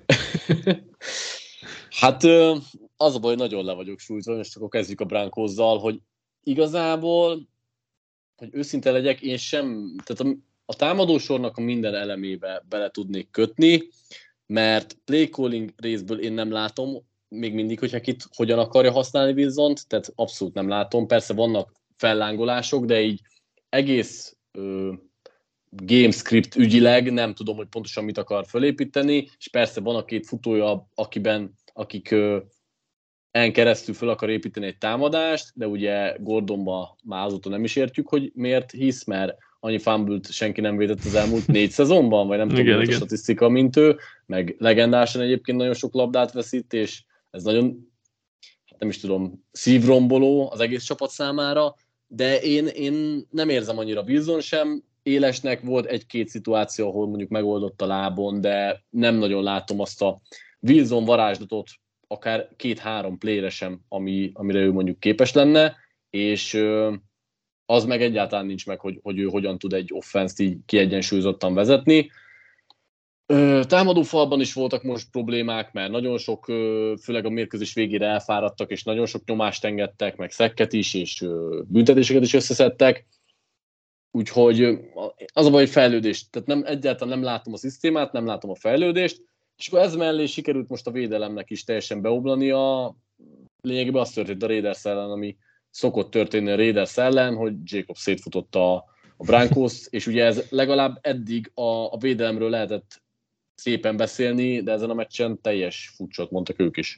Hát az a baj, hogy nagyon le vagyok sújtva, és akkor kezdjük a Broncosszal, hogy igazából, hogy őszinte legyek, én sem, tehát a támadósornak a minden elemébe bele tudnék kötni, mert play calling részből én nem látom, még mindig, hogy itt hogyan akarja használni Wilsont, tehát abszolút nem látom. Persze vannak fellángolások, de így egész game script ügyileg nem tudom, hogy pontosan mit akar fölépíteni, és persze van a két futója, akik keresztül föl akar építeni egy támadást, de ugye Gordonba már azóta nem is értjük, hogy miért hisz, mert annyi fumble-t senki nem védett az elmúlt 4 szezonban, vagy nem tudom, hogy a statisztika, mint ő, meg legendásan egyébként nagyon sok labdát veszít, és ez nagyon, nem is tudom, szívromboló az egész csapat számára, de én nem érzem annyira Wilson sem élesnek, volt egy-két szituáció, ahol mondjuk megoldott a lábon, de nem nagyon látom azt a Wilson varázslatot, akár 2-3 playre sem, amire ő mondjuk képes lenne, és az meg egyáltalán nincs meg, hogy ő hogyan tud egy offense-t így kiegyensúlyozottan vezetni. Támadófalban is voltak most problémák, mert nagyon sok, főleg a mérkőzés végére elfáradtak, és nagyon sok nyomást engedtek, meg szekket is, és büntetéseket is összeszedtek. Úgyhogy az a baj, hogy fejlődés. Tehát egyáltalán nem látom a szisztémát, nem látom a fejlődést, és akkor ez mellé sikerült most a védelemnek is teljesen beoblania. Lényegében az történt a Raiders ellen, ami szokott történni a Raiders ellen, hogy Jacob szétfutotta a Broncos, és ugye ez legalább eddig a védelemről lehetett szépen beszélni, de ezen a meccsen teljes futsot mondtak ők is.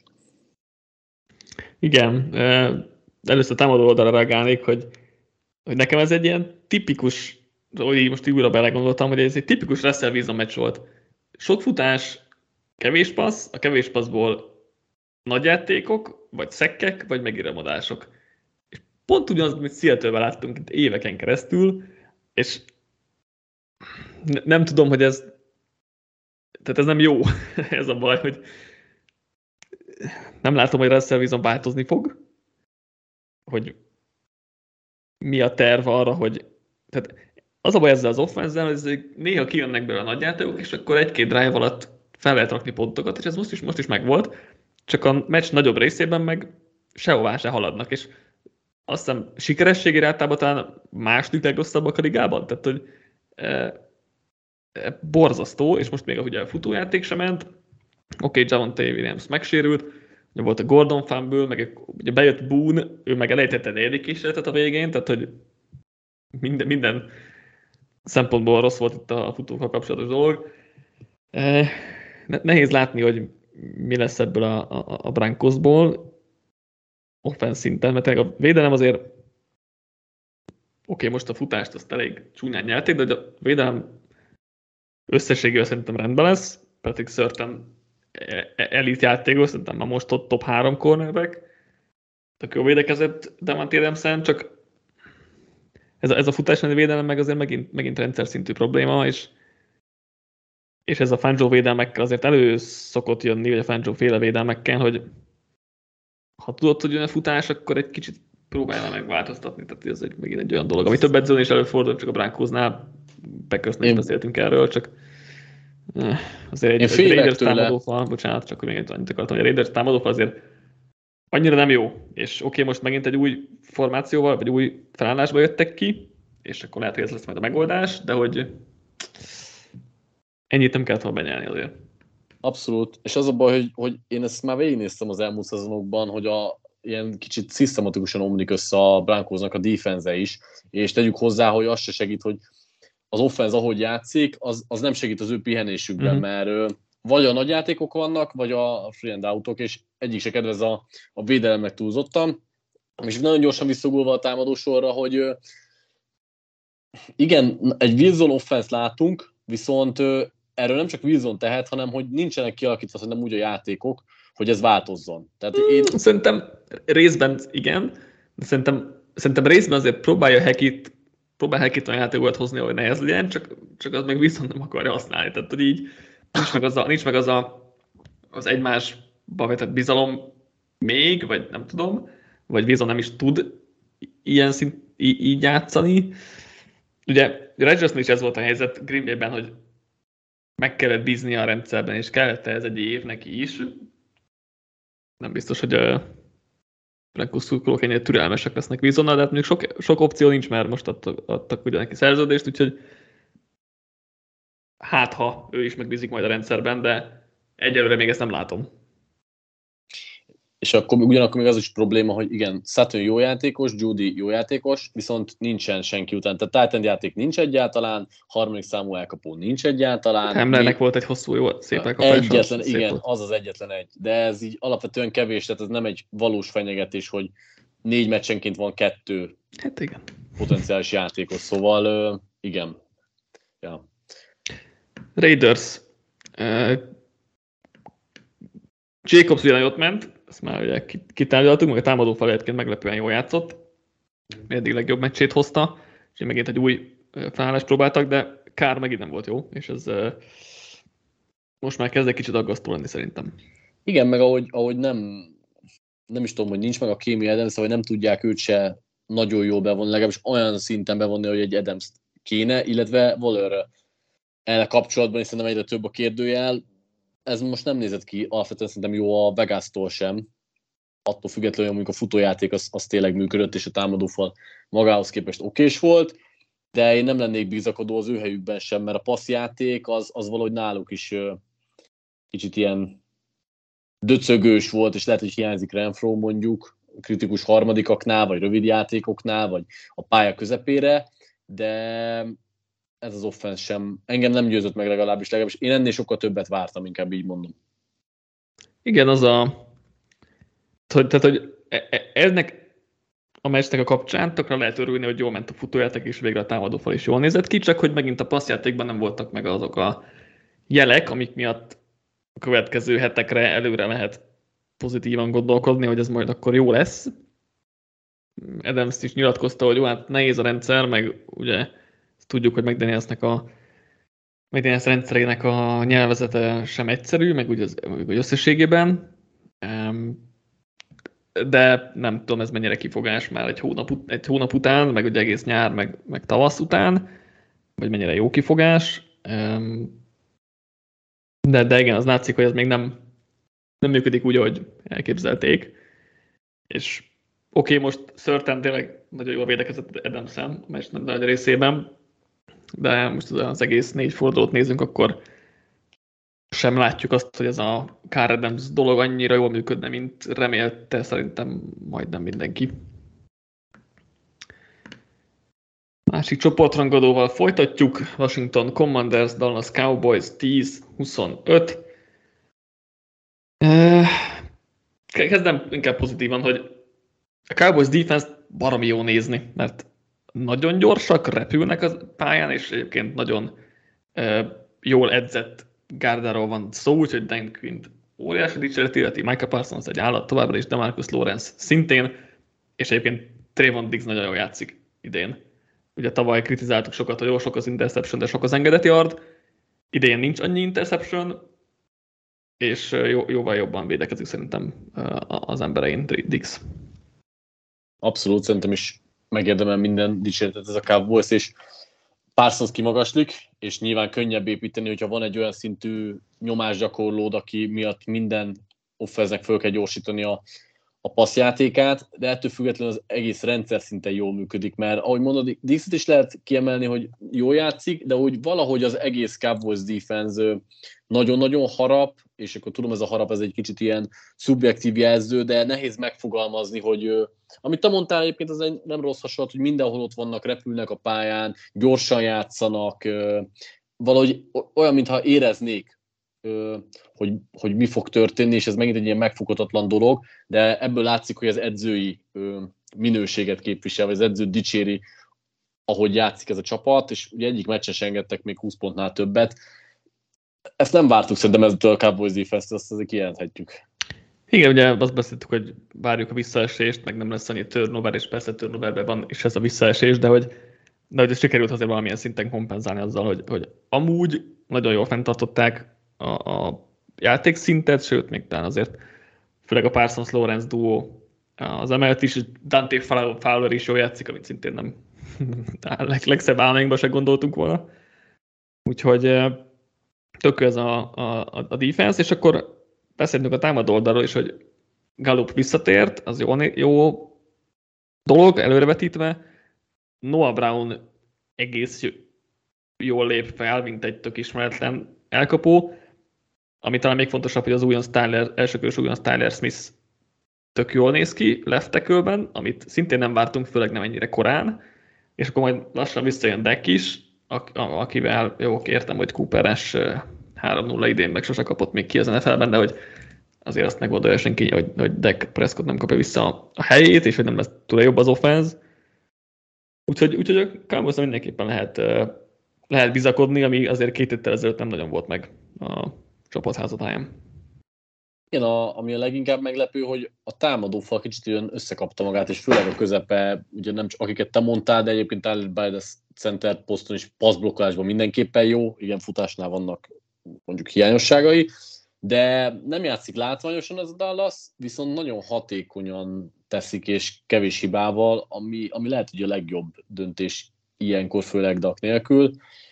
Igen, először támadó oldalra reagálnék, hogy nekem ez egy ilyen tipikus, hogy most újra belegondoltam, hogy ez egy tipikus Russell Wilson meccs volt. Sok futás, kevés passz, a kevés passzból nagy játékok, vagy szekkek, vagy megíramodások. És pont ugyanaz, amit Seattle-ben láttunk itt éveken keresztül, és nem tudom, hogy ez tehát ez nem jó, ez a baj, hogy nem látom, hogy Russell Wilson változni fog, hogy mi a terv arra, hogy tehát az a baj ezzel az offense-zel, hogy néha kijönnek belőle a nagyjátékok, és akkor egy-két drive alatt fel lehet rakni pontokat, és ez most is megvolt, csak a meccs nagyobb részében meg sehová se haladnak, és azt hiszem sikerességére általában talán második legrosszabbak a ligában, tehát hogy borzasztó, és most még ugye a futójáték sem ment. Oké, Javonte Williams megsérült, ugye volt a Gordon fumble, meg ugye bejött Boone, ő meg elejtette a negyedik kísérletet a végén, tehát hogy minden szempontból rossz volt itt a futókkal kapcsolatos dolog. Nehéz látni, hogy mi lesz ebből a Broncosból offense szinten, mert a védelem azért most a futást azt elég csúnyán nyerték, de a védelem összességében szerintem rendben lesz. Patrick Surtain elit játékos, szerintem már most ott top 3 cornerback. Tök jó védekezett Davante Adams-en, csak ez a futás védelem meg azért megint rendszer szintű probléma, és ez a Fangio védelmekkel azért elő szokott jönni, vagy a Fangio féle védelmekkel, hogy ha tudod, hogy jön a futás, akkor egy kicsit próbálja megváltoztatni. Tehát ez megint egy olyan dolog, ami több edzőn is előfordul, csak a Broncosnál Packersnél is beszéltünk erről, csak azért egy Raiders támadófal, bocsánat, csak még annyit akartam, hogy a Raiders támadófal azért annyira nem jó, és most megint egy új formációval, vagy új felállásba jöttek ki, és akkor lehet, hogy ez lesz majd a megoldás, de hogy ennyit nem kellett volna benyelni azért. Abszolút, és az a baj, hogy én ezt már végignéztem az elmúlt szezonokban, hogy ilyen kicsit szisztematikusan omlik össze a Broncosnak a defense is, és tegyük hozzá, hogy az se segít, hogy az offense, ahogy játszik, az nem segít az ő pihenésükben, mert vagy a nagy játékok vannak, vagy a free and outok, és egyik se kedvez a védelemnek túlzottan. És nagyon gyorsan visszagolva a támadósorra, hogy igen, egy Wilson offense látunk, viszont erről nem csak Wilson tehet, hanem hogy nincsenek kialakítva nem úgy a játékok, hogy ez változzon. Tehát Szerintem részben igen, de szerintem részben azért próbál Hackett olyan játékokat hozni, hogy nehéz legyen, csak az meg viszont nem akarja használni. Tehát, hogy így nincs meg az egymásba vetett bizalom még, vagy nem tudom, vagy Wilson nem is tud így játszani. Ugye Rodgersnél is ez volt a helyzet Green Bay-ben, hogy meg kellett bízni a rendszerben, és kellett ez egy év neki is. Nem biztos, hogy a Broncos szurkolók ennyire türelmesek lesznek Wilsonnal, de hát mondjuk sok opció nincs, mert most adtak ugye neki szerződést, úgyhogy hát ha ő is megbízik majd a rendszerben, de egyelőre még ezt nem látom. És akkor ugyanakkor még az is probléma, hogy igen, Sutton jó játékos, Judy jó játékos, viszont nincsen senki után. Tehát Titan játék nincs egyáltalán, harmadik számú elkapó nincs egyáltalán. Hamlernek volt egy hosszú, jó, szép elkapás. Egyetlen, igen, volt. Az egyetlen egy. De ez így alapvetően kevés, tehát ez nem egy valós fenyegetés, hogy 4 meccsenként van 2 hát igen. Potenciális játékos, szóval igen. Ja. Raiders. Jacobs ugyan ott ment, ezt már ugye kitárgyaltuk, meg a támadó fel egyébként meglepően jól játszott. Eddig legjobb meccsét hozta, és megint egy új felállást próbáltak, de Kár megint nem volt jó, és ez most már kezd egy kicsit aggasztó lenni szerintem. Igen, meg ahogy nem is tudom, hogy nincs meg a kémia Adams, vagy nem tudják őt se nagyon jól bevonni, legalábbis olyan szinten bevonni, hogy egy Adams kéne, illetve Waller el kapcsolatban, és szerintem egyre több a kérdőjel. Ez most nem nézett ki, alapvetően szerintem jó a Vegas-tól sem. Attól függetlenül, hogy a futójáték az tényleg működött, és a támadófal magához képest okés volt, de én nem lennék bizakodó az ő helyükben sem, mert a passzjáték az valahogy náluk is kicsit ilyen döcögős volt, és lehet, hogy hiányzik Renfro mondjuk kritikus harmadikaknál, vagy rövid játékoknál, vagy a pálya közepére, de ez az offense sem, engem nem győzött meg legalábbis én ennél sokkal többet vártam, inkább így mondom. Igen, hogy ennek a meccsnek a kapcsán tökre lehet örülni, hogy jól ment a futójáték, és végre a támadófal is jól nézett ki, csak hogy megint a passzjátékban nem voltak meg azok a jelek, amik miatt a következő hetekre előre lehet pozitívan gondolkodni, hogy ez majd akkor jó lesz. Adams is nyilatkozta, hogy jó, hát nehéz a rendszer, meg ugye tudjuk, hogy McDaniels rendszerének a nyelvezete sem egyszerű, meg úgy összességében. De nem tudom, ez mennyire kifogás már egy hónap után, meg ugye egész nyár, meg tavasz után, vagy mennyire jó kifogás. De igen, az látszik, hogy ez még nem működik úgy, ahogy elképzelték. És most Surtain tényleg nagyon jól védekezett Adamsen a meccs nagy részében, de most az egész 4 fordulót nézünk, akkor sem látjuk azt, hogy ez a Kár Adams dolog annyira jól működne, mint remélte szerintem majdnem mindenki. Másik csoportrangadóval folytatjuk. Washington Commanders, Dallas Cowboys 10-25. Kezdem inkább pozitívan, hogy a Cowboys defense baromi jó nézni, mert nagyon gyorsak, repülnek a pályán, és egyébként nagyon jól edzett gárdáról van szó, úgyhogy Dan Quinn óriási dicséret illeti, Micah Parsons egy állat továbbra is, DeMarcus Lawrence szintén, és egyébként Trayvon Diggs nagyon jól játszik idén. Ugye tavaly kritizáltuk sokat, hogy jó sok az interception, de sok az engedett yard. Idén nincs annyi interception, és jóval jobban védekezik szerintem az emberein Diggs. Abszolút, szerintem is megérdemel minden dicséretet ez a Cowboys, és Parsons kimagaslik, és nyilván könnyebb építeni, hogyha van egy olyan szintű nyomásgyakorlód, aki miatt minden offense-nek föl kell gyorsítani a passzjátékát, de ettől függetlenül az egész rendszer szinten jól működik, mert ahogy mondod, Dixit is lehet kiemelni, hogy jól játszik, de úgy valahogy az egész Cowboys defense nagyon-nagyon harap, és akkor tudom, ez a harap ez egy kicsit ilyen szubjektív jelző, de nehéz megfogalmazni, hogy amit te mondtál egyébként, az egy nem rossz hasonlat, hogy mindenhol ott vannak, repülnek a pályán, gyorsan játszanak, valahogy olyan, mintha éreznék, hogy mi fog történni, és ez megint egy ilyen megfoghatatlan dolog, de ebből látszik, hogy az edzői minőséget képvisel, vagy az edző dicséri, ahogy játszik ez a csapat, és ugye egyik meccsen se engedtek még 20 pontnál többet. Ezt nem vártuk szerintem ezzel a Cowboys defense-t, azt azért kijelenthetjük. Igen, ugye azt beszéltük, hogy várjuk a visszaesést, meg nem lesz annyi turnover, és persze turnoverben van is ez a visszaesés, de hogy ez sikerült azért valamilyen szinten kompenzálni azzal, hogy amúgy nagyon jól fenntartották a játékszintet, sőt, még talán azért főleg a Parsons-Lawrence duó az emellett is, Dante Fowler is jól játszik, amit szintén nem legszebb álmainkban se gondoltunk volna. Úgyhogy tök ez a defense, és akkor beszéltünk a támadó oldalról is, hogy Gallup visszatért, az jó dolog, előrevetítve. Noah Brown egész jól lép fel, mint egy tök ismeretlen elkapó, ami talán még fontosabb, hogy az elsőkörös újonc Tyler Smith tök jól néz ki left tackle-ben, amit szintén nem vártunk, főleg nem ennyire korán, és akkor majd lassan visszajön Dak is, akivel jó, értem, hogy Cooper-es 3-0 idén meg sose kapott még ki az NFL-ben, de hogy azért azt megoldja senki, hogy Dak Prescott nem kapja vissza a helyét, és hogy nem lesz túl jobb az offense. Úgyhogy a Cowboys-ra mindenképpen lehet bizakodni, ami azért 2 héttel ezelőtt nem nagyon volt meg a csapatházatáján. Igen, ami a leginkább meglepő, hogy a támadófal kicsit olyan összekapta magát, és főleg a közepe, ugye nem csak akiket te mondtál, de egyébként Tyler Byde center poszton is passzblokkolásban mindenképpen jó, igen, futásnál vannak mondjuk hiányosságai, de nem játszik látványosan ez a Dallas, viszont nagyon hatékonyan teszik, és kevés hibával, ami lehet, hogy a legjobb döntés ilyenkor, főleg Dak nélkül.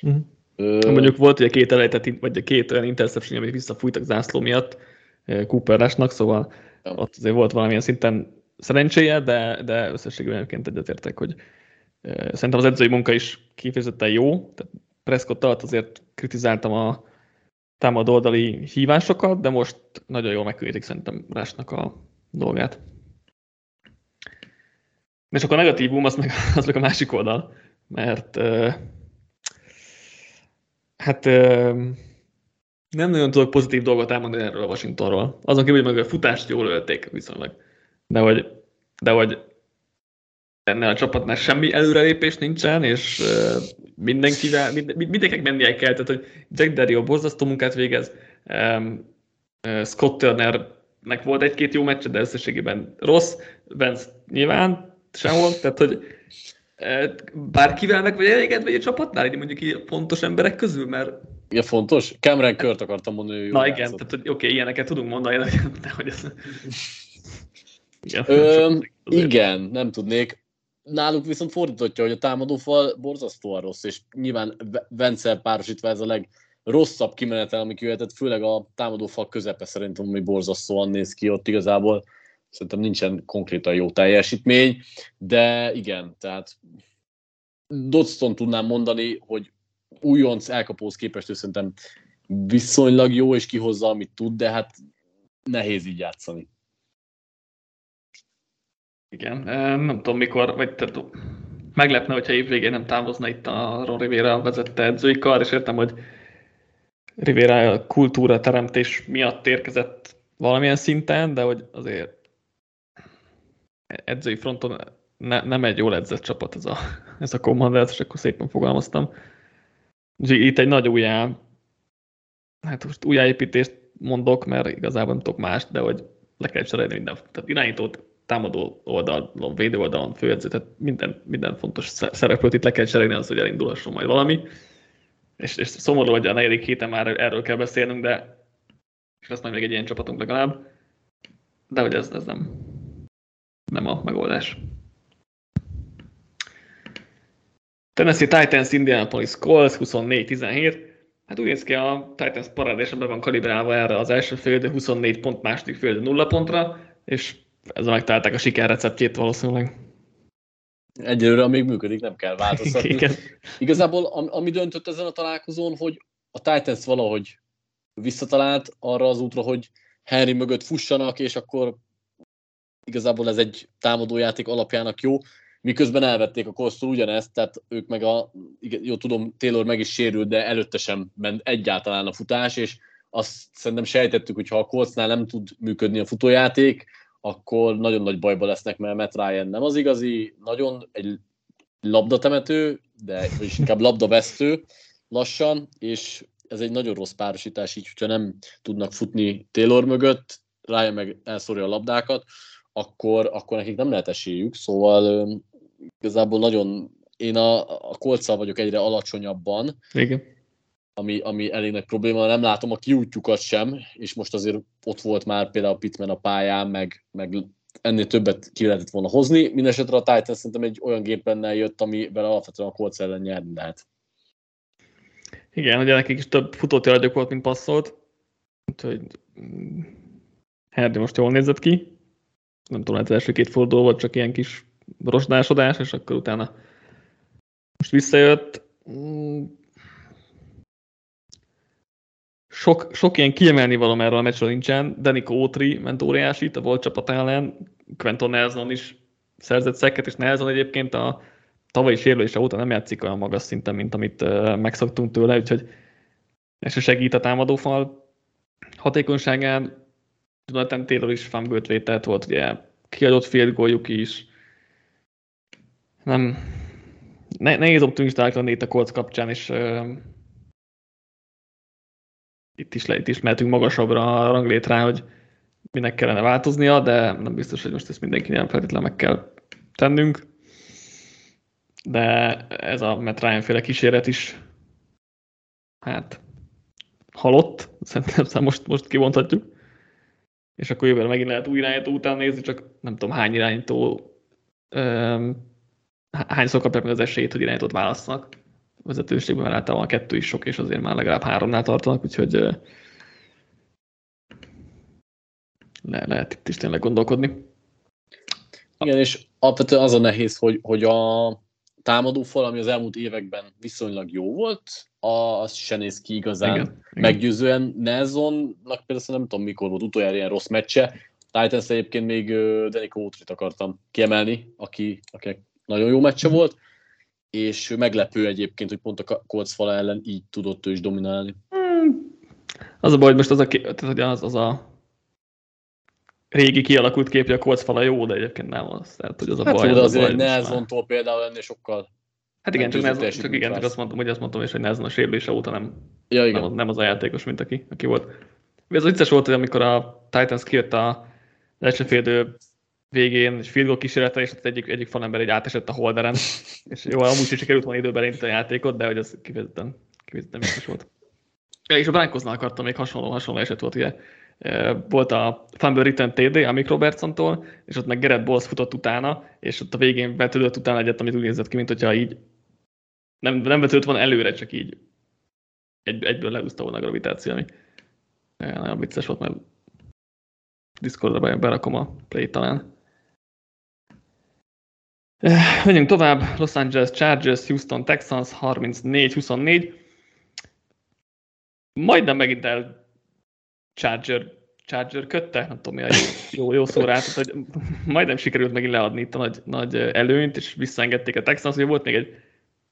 Mondjuk volt ugye 2 elejtett, vagy 2 olyan interception, amit visszafújtak zászló miatt Cooper-esnek, szóval ott azért volt valamilyen szinten szerencséje, de összességében egyébként egyetértek, hogy szerintem az edzői munka is kifejezetten jó, tehát Prescott alatt azért kritizáltam a támadó oldali hívásokat, de most nagyon jól megküldik szerintem Rushnak a dolgát. És akkor a negatívum az meg a másik oldal, mert nem nagyon tudok pozitív dolgot elmondani erről a Washingtonról. Azon kívül, hogy meg a futást jól ölték viszonylag. De hogy ennél a csapatnál semmi előrelépés nincsen, és mindenkinek mennie kell, tehát hogy Jack Del-Rio borzasztó munkát végez, Scott Turnernek volt 1-2 jó meccse, de összességében rossz, Vance nyilván sehol, tehát hogy bárkivel meg vagy elégedve egy csapatnál, így mondjuk így fontos emberek közül, mert... Igen, fontos? Cameron Kurt akartam mondani, hogy jó. Na igen, tehát hogy oké, ilyeneket tudunk mondani, de hogy ez... Igen, nem tudnék. Náluk viszont fordítottja, hogy a támadófal borzasztóan rossz, és nyilván Vence párosítva ez a legrosszabb kimenetel, ami jöhetett, főleg a támadófal közepe szerintem, ami borzasztóan néz ki ott igazából. Szerintem nincsen konkrétan jó teljesítmény, de igen, tehát Dodson tudnám mondani, hogy újonc elkapóhoz képest szerintem viszonylag jó, és kihozza, amit tud, de hát nehéz így játszani. Igen, nem tudom mikor, vagy meglepne, hogyha évvégén nem távozna itt a Ron Rivera vezette edzői kar, és értem, hogy Rivera kultúra teremtés miatt érkezett valamilyen szinten, de hogy azért edzői fronton nem egy jól edzett csapat ez a Commanders, és akkor szépen fogalmaztam. Úgyhogy itt egy nagy hát most újjáépítést mondok, mert igazából nem tudok mást, de hogy le kell cserélni minden. Tehát irányítót, támadó oldalon, védő oldalon, főedző, tehát minden fontos szereplőt itt le kell cserélni az, hogy elindulhasson majd valami. És szomorú, hogy a 4. héten már erről kell beszélnünk, de és lesz majd még egy ilyen csapatunk legalább. De hogy ez nem a megoldás. Tennessee Titans, Indianapolis Colts 24-17. Hát úgy néz ki, a Titans parádésen be van kalibrálva erre az első fél, 24 pont, második fél 0 pontra, és ezzel megtalálták a sikerreceptjét valószínűleg. Egyelőre még működik, nem kell változtatni. Igazából ami döntött ezen a találkozón, hogy a Titans valahogy visszatalált arra az útra, hogy Henry mögött fussanak, és akkor igazából ez egy támadójáték alapjának jó, miközben elvették a Coltstól ugyanezt, tehát ők meg jó tudom, Taylor meg is sérült, de előtte sem ment egyáltalán a futás, és azt szerintem sejtettük, hogy ha a Coltsnál nem tud működni a futójáték, akkor nagyon nagy bajba lesznek, mert Matt Ryan nem az igazi, nagyon egy labdatemető, vagyis inkább labdavesztő lassan, és ez egy nagyon rossz párosítás, így, hogyha nem tudnak futni Taylor mögött, Ryan meg elszórja a labdákat, akkor nekik nem lehet esélyük, szóval igazából nagyon, én a Coltszal vagyok egyre alacsonyabban, igen. Ami elég nagy probléma, nem látom a kiútjukat sem, és most azért ott volt már például Pittman a pályán, meg ennél többet ki lehetett volna hozni. Mindenesetre a Titans szerintem egy olyan géplennel jött, amivel alapvetően a Colts ellen nyerni lehet. Igen, ugye nekik is több futótérhagyók volt, mint passzolt, úgyhogy Hardy most jól nézett ki. Nem tudom, az első 2 forduló volt csak ilyen kis rozsdásodás, és akkor utána most visszajött. Sok ilyen kiemelni való erről a meccsről nincsen. Denico Autry ment óriásit a volt csapat ellen. Quentin Nelson is szerzett szekket, és Nelson egyébként a tavalyi sérülése óta nem játszik olyan magas szinten, mint amit megszoktunk tőle, úgyhogy ez se segít a támadófal hatékonyságán. Jonathan Taylor is fumble-t vételt volt, ugye kiadott field goaljuk is. Nehéz optimisták lenni itt a Colts kapcsán, és itt is mehetünk magasabbra a ranglétrán, hogy minek kellene változnia, de nem biztos, hogy most ezt mindenkinél feltétlenül meg kell tennünk. De ez a Matt Ryan féle kísérlet is hát halott, szerintem most kivontatjuk. És akkor jövőre megint lehet új irányító után nézni, csak nem tudom hány irányító, hányszor kapják meg az esélyt, hogy irányítót válasszanak. Vezetőségben, mert általában a 2 is sok, és azért már legalább 3-nál tartanak, úgyhogy lehet itt is tényleg gondolkodni. Igen, és alapvetően az a nehéz, hogy a támadófal, ami az elmúlt években viszonylag jó volt, az se néz ki igazán igen. Meggyőzően. Nelsonnak például nem tudom mikor volt utoljára ilyen rossz meccse. Titans egyébként még Denico Autryt akartam kiemelni, aki nagyon jó meccse volt, és meglepő egyébként, hogy pont a Colts fala ellen így tudott ő is dominálni. Az a baj, hogy most az a régi kialakult képje a Colts fala jó, de egyébként nem az. Tehát, hogy az a baj. Hát azért Nelsontól például ennél sokkal. Hát igen, csak azt mondtam is, hogy Nelson a sérülése óta nem az a játékos, mint aki volt. Ez vicces volt, hogy amikor a Titans kijött az első félidő végén egy field goal kísérletre, és egyik falember egy átesett a holderen, és jó, amúgy is sikerült volna időben elindítani a játékot, de hogy ez kifejezetten vicces volt. És a Broncosnál akartam még hasonló eset volt, ugye. Volt a fumble return TD a Mick Robertsontól, és ott meg Garrett Bowles futott utána, és ott a végén vetődött utána egyet, amit úgy nézett ki, mint hogyha így nem vetődött volna előre, csak így egyből leúszta volna a gravitáció, ami nagyon vicces volt, mert Discordra berakom a play talán. Menjünk tovább, Los Angeles Chargers, Houston Texans 34-24. Majdnem megint el Charger kötte, nem tudom mi a jó szó rá, tehát, hogy majdnem sikerült megint leadni itt a nagy előnyt, és visszaengedték a Texans, hogy volt még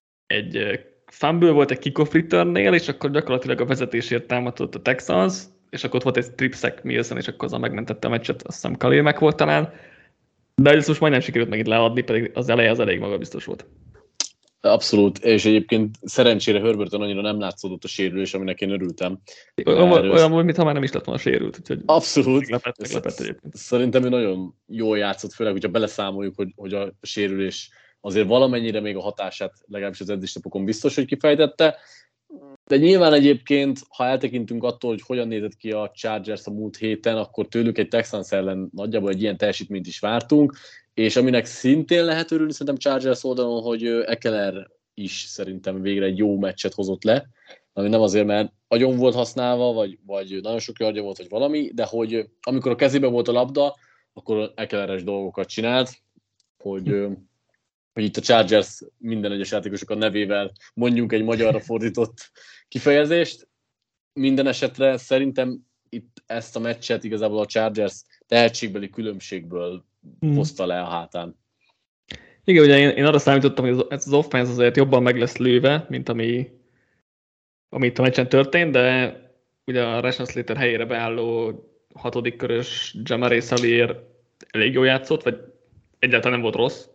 egy fumble, volt egy kickoff returnnél, és akkor gyakorlatilag a vezetésért támadott a Texans, és akkor ott volt egy strip sack Millsen, és akkor azzal megmentette a meccset, azt hiszem Khalil Mack volt talán, de ezt most majdnem sikerült megint leadni, pedig az eleje az elég magabiztos volt. Abszolút, és egyébként szerencsére Herberton annyira nem látszódott a sérülés, aminek én örültem. Olyan volt, mintha már nem is lett volna sérült. Úgyhogy abszolút. Meglepett egyébként. Szerintem ő nagyon jól játszott, főleg, hogyha beleszámoljuk, hogy a sérülés azért valamennyire még a hatását legalábbis az edzésnapokon biztos, hogy kifejtette. De nyilván egyébként, ha eltekintünk attól, hogy hogyan nézett ki a Chargers a múlt héten, akkor tőlük egy Texans ellen nagyjából egy ilyen teljesítményt is vártunk, és aminek szintén lehet örülni szerintem Chargers oldalon, hogy Ekeler is szerintem végre egy jó meccset hozott le, ami nem azért, mert agyon volt használva, vagy nagyon sok yardja volt, vagy valami, de hogy amikor a kezében volt a labda, akkor Ekeleres dolgokat csinált, hogy itt a Chargers minden egyes játékosok a nevével mondjunk egy magyarra fordított kifejezést. Minden esetre szerintem itt ezt a meccset igazából a Chargers tehetségbeli különbségből hozta le a hátán. Igen, ugye én arra számítottam, hogy ez az offense azért jobban meg lesz lőve, mint ami itt a meccsen történt, de ugye a Rashawn Slater helyére beálló 6. körös Jamari Sallier elég jól játszott, vagy egyáltalán nem volt rossz,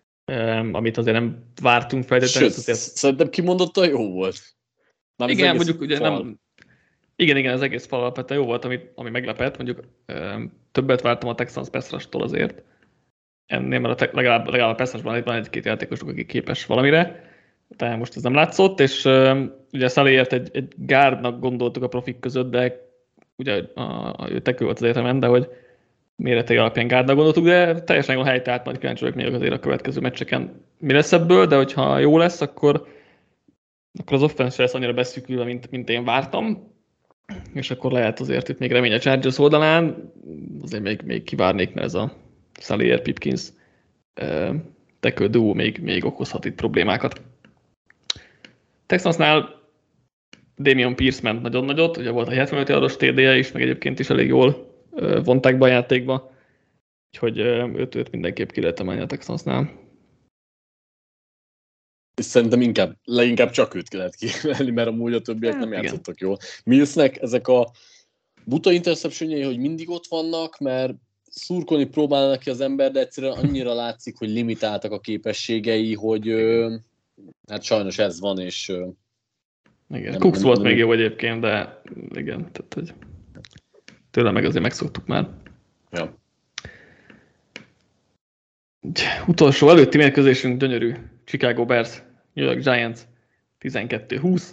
amit azért nem vártunk feltétlenül. Szerintem kimondottan jó volt. Már igen, mondjuk ugye nem... Igen, az egész fal alapvetően jó volt, ami meglepett, mondjuk többet vártam a Texans pass rush-tól azért. Ennél, mert legalább a pass rushban van egy-két játékosok, aki képes valamire, de most ez nem látszott, és ugye Salliert egy guardnak gondoltuk a profik között, de ugye ő tekő volt az egyetemen, de hogy méretei alapján guardnak gondoltuk, de teljesen jól helytált, majd kíváncsi vagyok még azért a következő meccseken mi lesz ebből, de hogyha jó lesz, akkor az offense lesz annyira beszűkülve, mint én vártam, és akkor lehet azért itt még remény a Chargers oldalán, azért még kivárnék, mert ez a Sallier-Pipkins tekő duó még okozhat itt problémákat. Texansnál Damian Pierce ment nagyon nagyot, ugye volt a 75 yardos TD-je is, meg egyébként is elég jól vonták be a játékba, úgyhogy őt mindenképp ki lehet emelni a Texansnál. Szerintem leginkább csak őt lehet kiemelni, mert amúgy a többiek nem játszottak jól. Millsnek ezek a buta interceptionjei, hogy mindig ott vannak, mert szurkolni próbálnak ki az ember, de egyszerűen annyira látszik, hogy limitáltak a képességei, hogy hát sajnos ez van, és... Igen, Cooks volt még jó egyébként, de igen, tehát hogy tőle meg azért megszoktuk már. Ja. Utolsó előtti mérkőzésünk gyönyörű. Chicago Bears, New York Giants 12-20.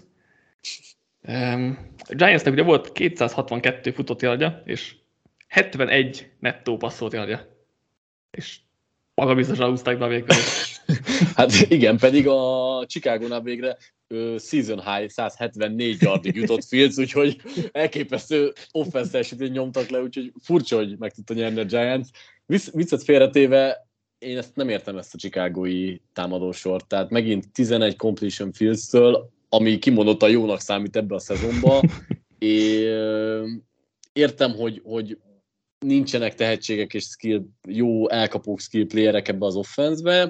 A Giantsnek ugye volt 262 futott yardja, és 71 nettó passzolt yardja. És magabiztosan húzták be a mérkőzést. Hát igen, pedig a Chicagónál végre season high 174 yardig jutott Fields, úgyhogy elképesztő offense-esítést nyomtak le, úgyhogy furcsa, hogy meg tudta nyerni a Giants. Viccet félretéve, én ezt nem értem, ezt a chicagói támadósort, tehát megint 11 completion Fields-től, ami kimondottan jónak számít ebbe a szezonba, és értem, hogy nincsenek tehetségek és jó elkapók skill playerek ebbe az offense-be,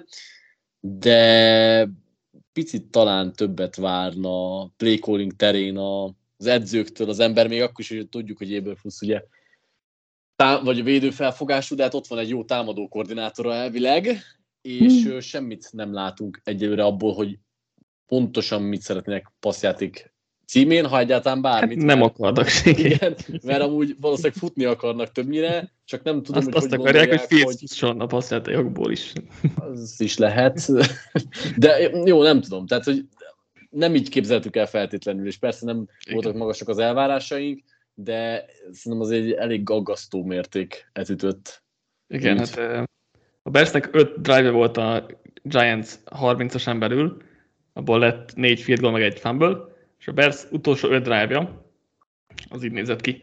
de picit talán többet várna play calling terén az edzőktől az ember, még akkor is, hogy tudjuk, hogy Eberflus ugye vagy védőfelfogású, de hát ott van egy jó támadó koordinátora elvileg, és semmit nem látunk egyelőre abból, hogy pontosan mit szeretnének passzjáték címén, ha egyáltalán bármit. Hát nem akarnak igen, mert amúgy valószínűleg futni akarnak többnyire, csak nem tudom, azt akarják, hogy Fields a passzjátékokból is. Az is lehet. De jó, nem tudom. Tehát, hogy nem így képzeltük el feltétlenül, és persze nem voltak magasak az elvárásaink, de szerintem az egy elég aggasztó mérték ütött. Igen, hát a Bearsnek 5 drive volt a Giants 30-asen belül, abból lett 4 field goal, meg egy fumble, és a Bears utolsó 5 drive-ja, az így nézett ki.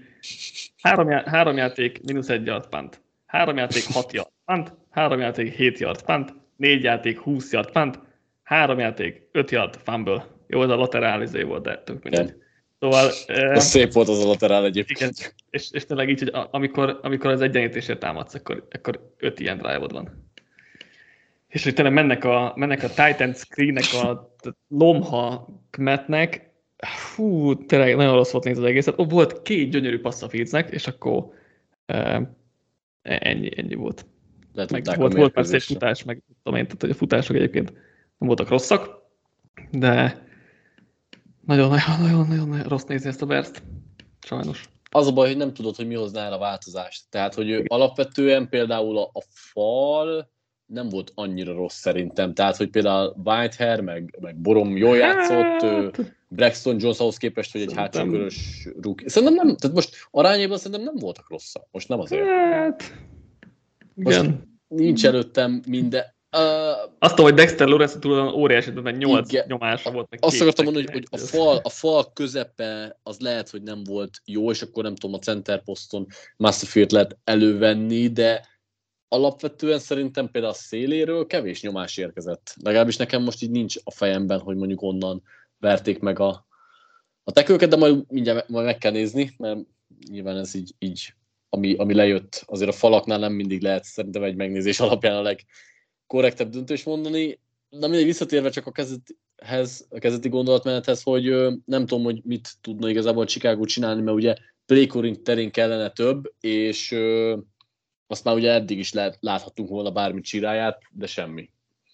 3 játék, -1 yard punt. 3 játék, 6 yard punt. 3 játék, 7 yard punt. 4 játék, 20 yard punt. 3 játék, 5 yard fumble. Jó, ez a laterál volt, de tök mindegy. Szóval... Az szép volt az a laterál egyébként. Igen, és tényleg így, hogy amikor az egyenlítésért támadsz, akkor 5 ilyen drive-od van. És hogy tényleg mennek a Titan screen-nek a lomha Kmetnek, Fú, tényleg nagyon rossz volt nézni az egészet. Volt 2 gyönyörű passz a Fieldsnek, és akkor ennyi volt. Meg Letudták a volt már szép mérkőzésre. futás, meg tudom én, tehát, hogy a futások egyébként nem voltak rosszak, de nagyon-nagyon rossz nézni ezt a Bears-t. Sajnos. Az a baj, hogy nem tudod, hogy mi hozná el a változást. Tehát, hogy alapvetően például a fal nem volt annyira rossz szerintem. Tehát, hogy például Whitehair, meg Borom jól játszott, Braxton Jones ahhoz képest, hogy egy hátsókörös rookie. Szerintem nem, tehát most arányában szerintem nem voltak rosszak. Most nem azért. Hát, igen. Most nincs előttem minden. Azt tudom, hogy Dexter Lawrence túl óriási, mert 8 igen. nyomása volt. Azt akartam mondani, hogy a fal közepe az lehet, hogy nem volt jó, és akkor nem tudom, a center poszton Musgrave lehet elővenni, de alapvetően szerintem például a széléről kevés nyomás érkezett. Legalábbis nekem most így nincs a fejemben, hogy mondjuk onnan verték meg a tekőket, de majd mindjárt meg kell nézni, mert nyilván ez így ami lejött. Azért a falaknál nem mindig lehet szerintem egy megnézés alapján a legkorrektebb döntést mondani. De mindegy, visszatérve csak a kezdeti gondolatmenethez, hogy nem tudom, hogy mit tudna igazából Chicago csinálni, mert ugye playcoring terén kellene több, és azt már ugye eddig is láthattunk volna bármit csiráját, de semmi.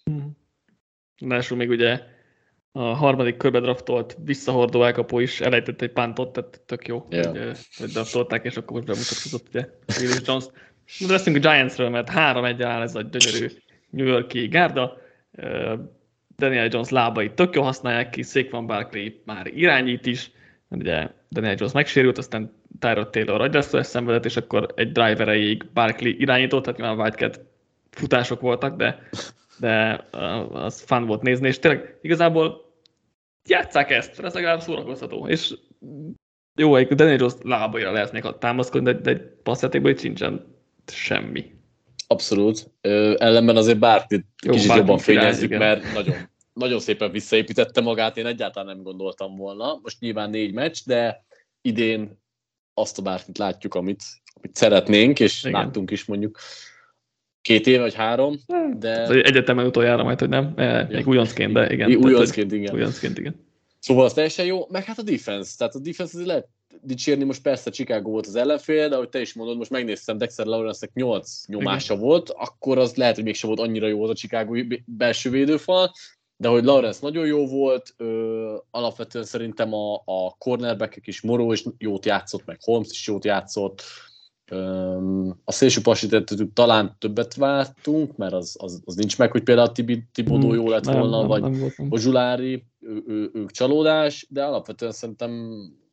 Másról még ugye a harmadik körbe draftolt visszahordó elkapó is elejtett egy pántot, tehát tök jó, hogy draftolták, és akkor most bemutatkozott ugye Willis Jones. De leszünk a Giantsről, mert 3-1 áll ez a gyönyörű New York-i gárda. Daniel Jones lábai tök jól használják ki, Saquon Barkley már irányít is, ugye Daniel Jones megsérült, aztán Tyrod Taylor agyásztás szenvedett, és akkor egy drive erejéig Barkley irányított, tehát nyilván Wildcat futások voltak, de az fun volt nézni, és tényleg igazából játsszák ezt, mert ez legalább szórakoztató, és jó, egy Daniel Jones lábaira lehet még támaszkodni, de egy passzjátékban itt sincsen semmi. Abszolút. Ellenben azért Barkley kicsit jobban fényezzük, mert nagyon, nagyon szépen visszaépítette magát, én egyáltalán nem gondoltam volna. Most nyilván 4 meccs, de idén azt a Barkleyt látjuk, amit szeretnénk, és igen, láttunk is mondjuk 2 év vagy 3, de... Egyetemen utoljára majd, hogy nem, még újoncként, de igen. Újoncként, igen. Szóval az teljesen jó, meg hát a defense. Tehát a defense azért lehet dicsérni, most persze Chicago volt az ellenfél, de ahogy te is mondod, most megnéztem, Dexter Lawrence-nek 8 nyomása volt, akkor az lehet, hogy mégsem volt annyira jó az a Chicago-i belső védőfal, de hogy Lawrence nagyon jó volt, alapvetően szerintem a cornerback-ek is, Morrow is jót játszott, meg Holmes is jót játszott, a szélső pasítettük talán többet vártunk, mert az nincs meg, hogy például Thibodeau jó lett volna, vagy Ojulari, ők csalódás, de alapvetően szerintem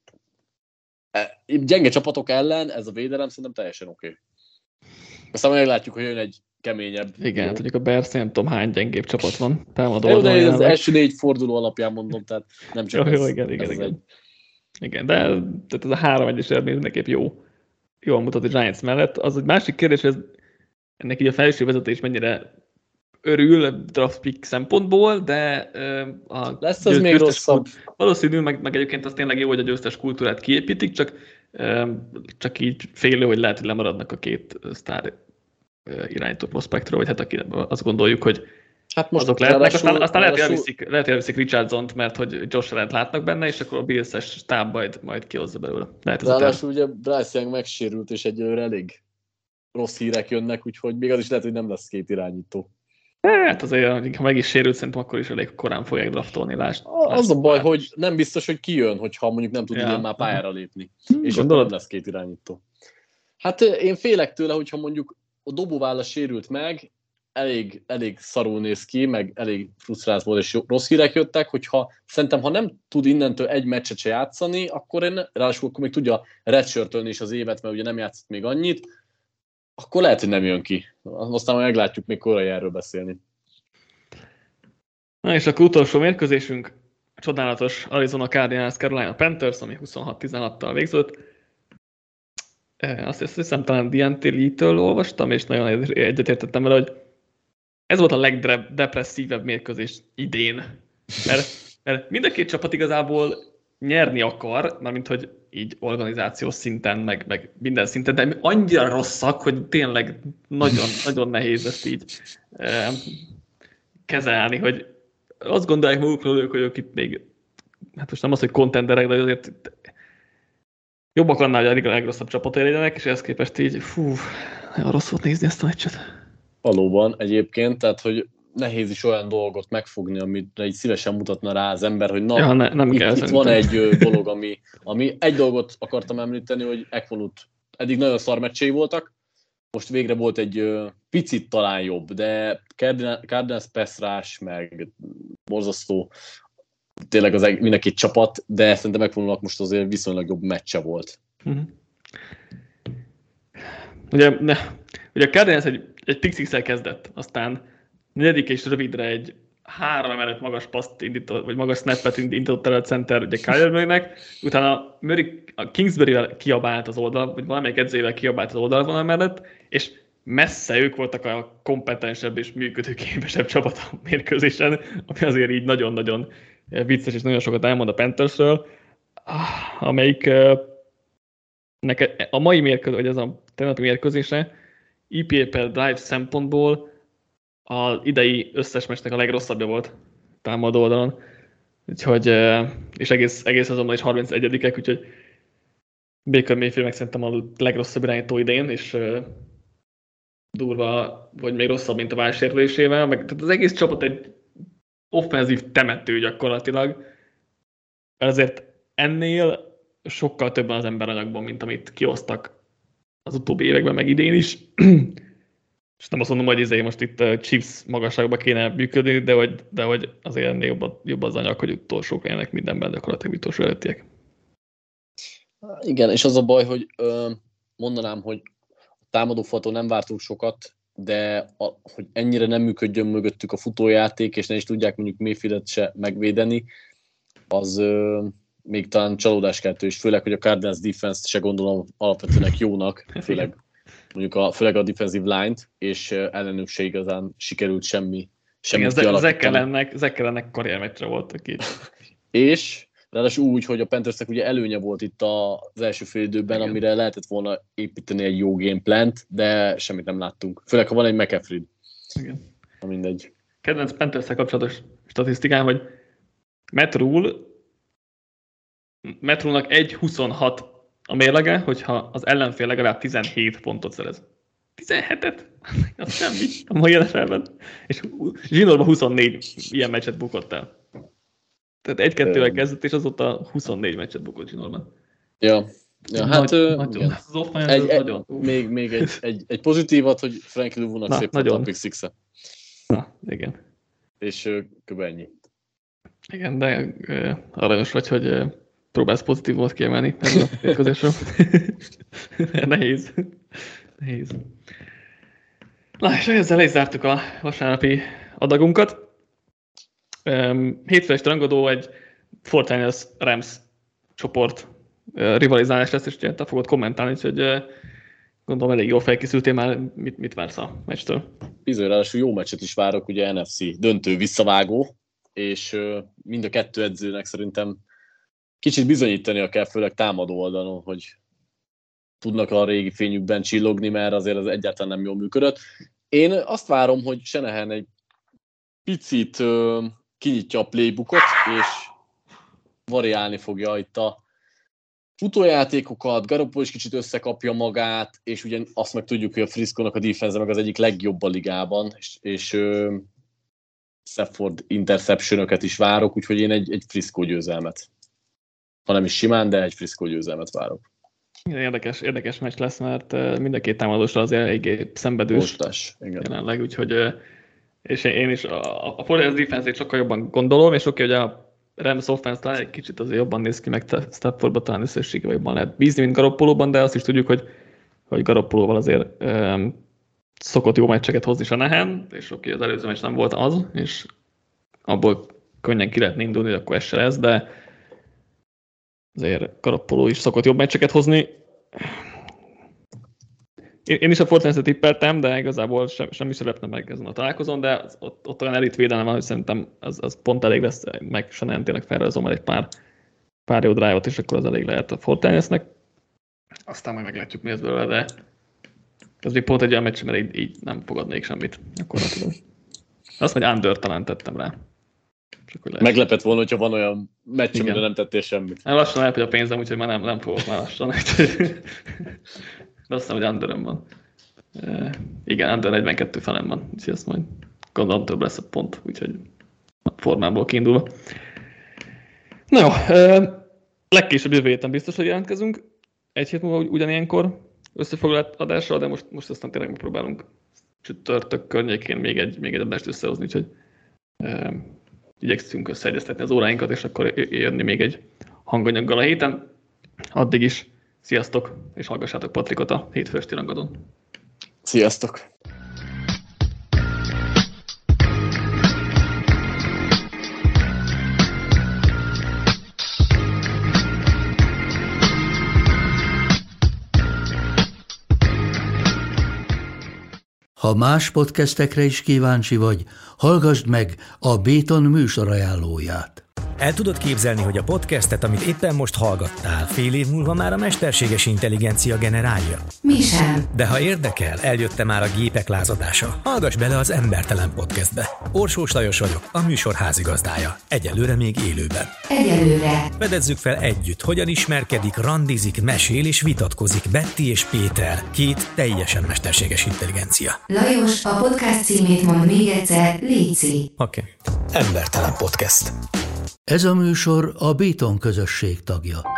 gyenge csapatok ellen ez a védelem szerintem teljesen oké. Aztán meglátjuk, hogy jön egy keményebb. Igen, tudjuk a Bears, nem tudom hány gyengébb csapat van támadó. Jó, de az első 4 forduló alapján mondom, tehát nem csak jó, igen. Igen, de tehát ez a 3-1-es eredmény mindenképp jó. Jól mutat a Giants mellett. Az egy másik kérdés, hogy ennek így a felső vezetés mennyire örül draft pick szempontból, de lesz az még rosszabb. Valószínű, meg egyébként az tényleg jó, hogy a győztes kultúrát kiépítik, csak így félő, hogy lehet, hogy lemaradnak a 2 sztár irányító prospektről, vagy hát aki azt gondoljuk, hogy hát most azok lehetnek, aztán lehet elviszik Richardsont, mert hogy Josh Allen-t látnak benne, és akkor a Bills-es stáb majd kihozza belőle. Ráadásul ugye Bryce Young megsérült, és egyelőre elég rossz hírek jönnek, úgyhogy még az is lehet, hogy nem lesz 2 irányító. Hát azért, ha meg is sérült, szerintem akkor is elég korán fogják draftolni. Az a baj, hogy nem biztos, hogy kijön, hogyha mondjuk nem tud már pályára lépni. És gondolod? Akkor nem lesz 2 irányító. Hát én félek tőle, hogyha mondjuk a dobóválla sérült meg, elég szarul néz ki, meg elég frusztrált volt, és rossz hírek jöttek, hogyha szerintem, ha nem tud innentől egy meccset se játszani, akkor ráadásul akkor még tudja redshirtölni is az évet, mert ugye nem játszott még annyit, akkor lehet, hogy nem jön ki. Aztán meglátjuk, még korai erről beszélni. Na és akkor utolsó mérkőzésünk, a csodálatos Arizona Cardinals Carolina Panthers, ami 26-16-tal végződött. Azt hiszem, talán Deontay Lee-től olvastam, és nagyon egyetértettem vele, hogy ez volt a legdepresszívebb mérkőzés idén. Mert mind a 2 csapat igazából nyerni akar, mármint hogy így organizációs szinten, meg minden szinten, de annyira rosszak, hogy tényleg nagyon, nagyon nehéz ezt így kezelni, hogy azt gondolják magukról, hogy ők itt még hát most nem az, hogy contenderek, de azért jobbak annál, hogy a legrosszabb csapatai legyenek, és ehhez képest így, nagyon rossz volt nézni ezt a meccset. Valóban egyébként, tehát hogy nehéz is olyan dolgot megfogni, amit így szívesen mutatna rá az ember, hogy na, nem itt van egy dolog, ami egy dolgot akartam említeni, hogy Ekvolut eddig nagyon szar meccsei voltak, most végre volt egy picit talán jobb, de Cardinals pass meg borzasztó, tényleg az mindenki csapat, de szerintem Ekvolunak most azért viszonylag jobb meccse volt. Ugye a Cardinals egy pick six-el kezdett, aztán negyedik és rövidre egy 3 emelet magas paszt indított, vagy magas snappet indított el a center, ugye Kyler Murraynek, utána Murray a Kingsbury-vel kiabált az oldal, vagy valamelyik edzőjével kiabált az oldalvonal mellett, és messze ők voltak a kompetensebb és működőképesebb csapat a mérkőzésen, ami azért így nagyon-nagyon vicces, és nagyon sokat elmond a Panthersről, amelyik a mai mérkőzés, vagy ez a tegnapi mérkőzése EPA per drive szempontból az idei összes meccsnek a legrosszabbja volt támadó oldalon. Úgyhogy, és egész azonban is 31-ek, úgyhogy Baker Mayfield meg szerintem a legrosszabb irányító idén, és durva, vagy még rosszabb, mint a válsérülésével. Tehát az egész csapat egy offenzív temető gyakorlatilag. Ezért ennél sokkal többen az emberanyagban, mint amit kiosztak az utóbbi években, meg idén is. És nem azt mondom, hogy most itt Chiefs magasságban kéne működni, de hogy azért ennél jobb az anyag, hogy utolsók legyenek mindenben, gyakorlatilag utolsó előttiek. Igen, és az a baj, hogy mondanám, hogy a támadófaltól nem vártunk sokat, de hogy ennyire nem működjön mögöttük a futójáték, és ne is tudják mondjuk Mayfieldet se megvédeni, az még talán csalódáskeltő, és főleg, hogy a Cardinals defense-t se gondolom alapvetőnek jónak, főleg a defensive line-t, és ellenük se igazán sikerült semmit kialakítani. Zach Ellennek karriermeccsre volt a két. És ráadásul úgy, hogy a Panthersnek ugye előnye volt itt az első fél időben, igen, amire lehetett volna építeni egy jó gameplant, de semmit nem láttunk. Főleg, ha van egy McCaffrey. Igen. Mindegy. Kedvenc Panthers-szel kapcsolatos statisztikán, hogy Matt Rule-nak 1.26 a mérlege, hogyha az ellenfél legalább 17 pontot szerez. 17-et? Az semmi a mai NFL-ben. És zsinórban 24 ilyen meccset bukott el. Tehát 1-2-vel kezdett, és azóta 24 meccset bukott zsinórban. Ja, hát az nagyon. Még egy pozitívat, hogy Frankie Louvu-nak szép volt a pick six-e. Na, igen. És kb. Ennyi. Igen, de aranyos vagy, hogy próbálsz pozitívot kiemelni ebből a mérkőzésről. Nehéz. Na, és ezzel lezártuk a vasárnapi adagunkat. Hétfős rangadó egy 49ers Rams csoport rivalizálás lesz, és te fogod kommentálni, úgyhogy gondolom elég jól felkészültél már, mit vársz a meccstől? Bizony, ráadásul jó meccset is várok, ugye NFC döntő visszavágó, és mind a kettő edzőnek szerintem kicsit bizonyítania kell, főleg támadó oldalon, hogy tudnak a régi fényükben csillogni, mert azért az egyáltalán nem jól működött. Én azt várom, hogy Shanahan egy picit kinyitja a playbookot, és variálni fogja itt a futójátékokat, Garoppolo is kicsit összekapja magát, és ugye azt meg tudjuk, hogy a Frisco-nak a defense meg az egyik legjobb a ligában, és Stafford interceptionöket is várok, úgyhogy én egy Frisco győzelmet. Ha nem is simán, de egy Frisco győzelmet várok. Érdekes meccs lesz, mert mind a két támadósra azért eléggé szenvedős. Postás, igen. Jelenleg, úgyhogy és én is a Fortnite defense-ét sokkal jobban gondolom, és oké, hogy a Rams offense talán egy kicsit azért jobban néz ki, meg Staffordban talán összességében jobban lehet bízni, mint Garoppolóban, de azt is tudjuk, hogy Garoppolóval azért szokott jó meccseket hozni Shanahan, és oké, az előző meccs nem volt az, és abból könnyen ki lehetne indulni, hogy akkor ez se lesz, de azért Garoppolo is szokott jobb meccseket hozni. Én is a Fortnite-et tippeltem, de igazából semmi se lepne meg ezen a találkozón, de ott olyan elit védelem van, hogy szerintem az pont elég lesz, meg Shanahan tényleg felrajzol már egy pár jó drive-ot, és akkor az elég lehet a Fortnite-nek. Aztán majd meglátjuk, mi ez belőle, de ez még pont egy olyan meccs, mert így nem fogadnék semmit. Akkor azt mondom. Azt, hogy under talán tettem rá. Meglepett volna, hogyha van olyan meccs, amire nem tettél semmit. Lassan elfogy a pénzem, úgyhogy már nem fogok már lassan. De azt hiszem, hogy underem van. Igen, under 42 felem van, úgyhogy ezt majd gondolom több lesz a pont, úgyhogy a formából kiindulva. Na jó, legkésőbb jövő héten biztos, hogy jelentkezünk. Egy hét múlva ugyanilyenkor összefoglalt adásra, de most aztán tényleg megpróbálunk csütörtök környékén még egy adást összehozni, úgyhogy igyekszünk összeegyeztetni az óráinkat, és akkor jönni még egy hanganyaggal a héten. Addig is sziasztok, és hallgassátok Patrikot a hétfő esti rangadón. Sziasztok! Ha más podcastekre is kíváncsi vagy, hallgassd meg a Béton műsor ajánlóját. El tudod képzelni, hogy a podcastet, amit éppen most hallgattál, fél év múlva már a mesterséges intelligencia generálja? Mi sem. De ha érdekel, eljött már a gépek lázadása. Hallgass bele az Embertelen Podcastbe. Orsós Lajos vagyok, a műsor házigazdája. Egyelőre még élőben. Egyelőre. Fedezzük fel együtt, hogyan ismerkedik, randizik, mesél és vitatkozik Betty és Péter, két teljesen mesterséges intelligencia. Lajos, a podcast címét mondd még egyszer, léci. Oké. Embertelen Podcast. Ez a műsor a Béton közösség tagja.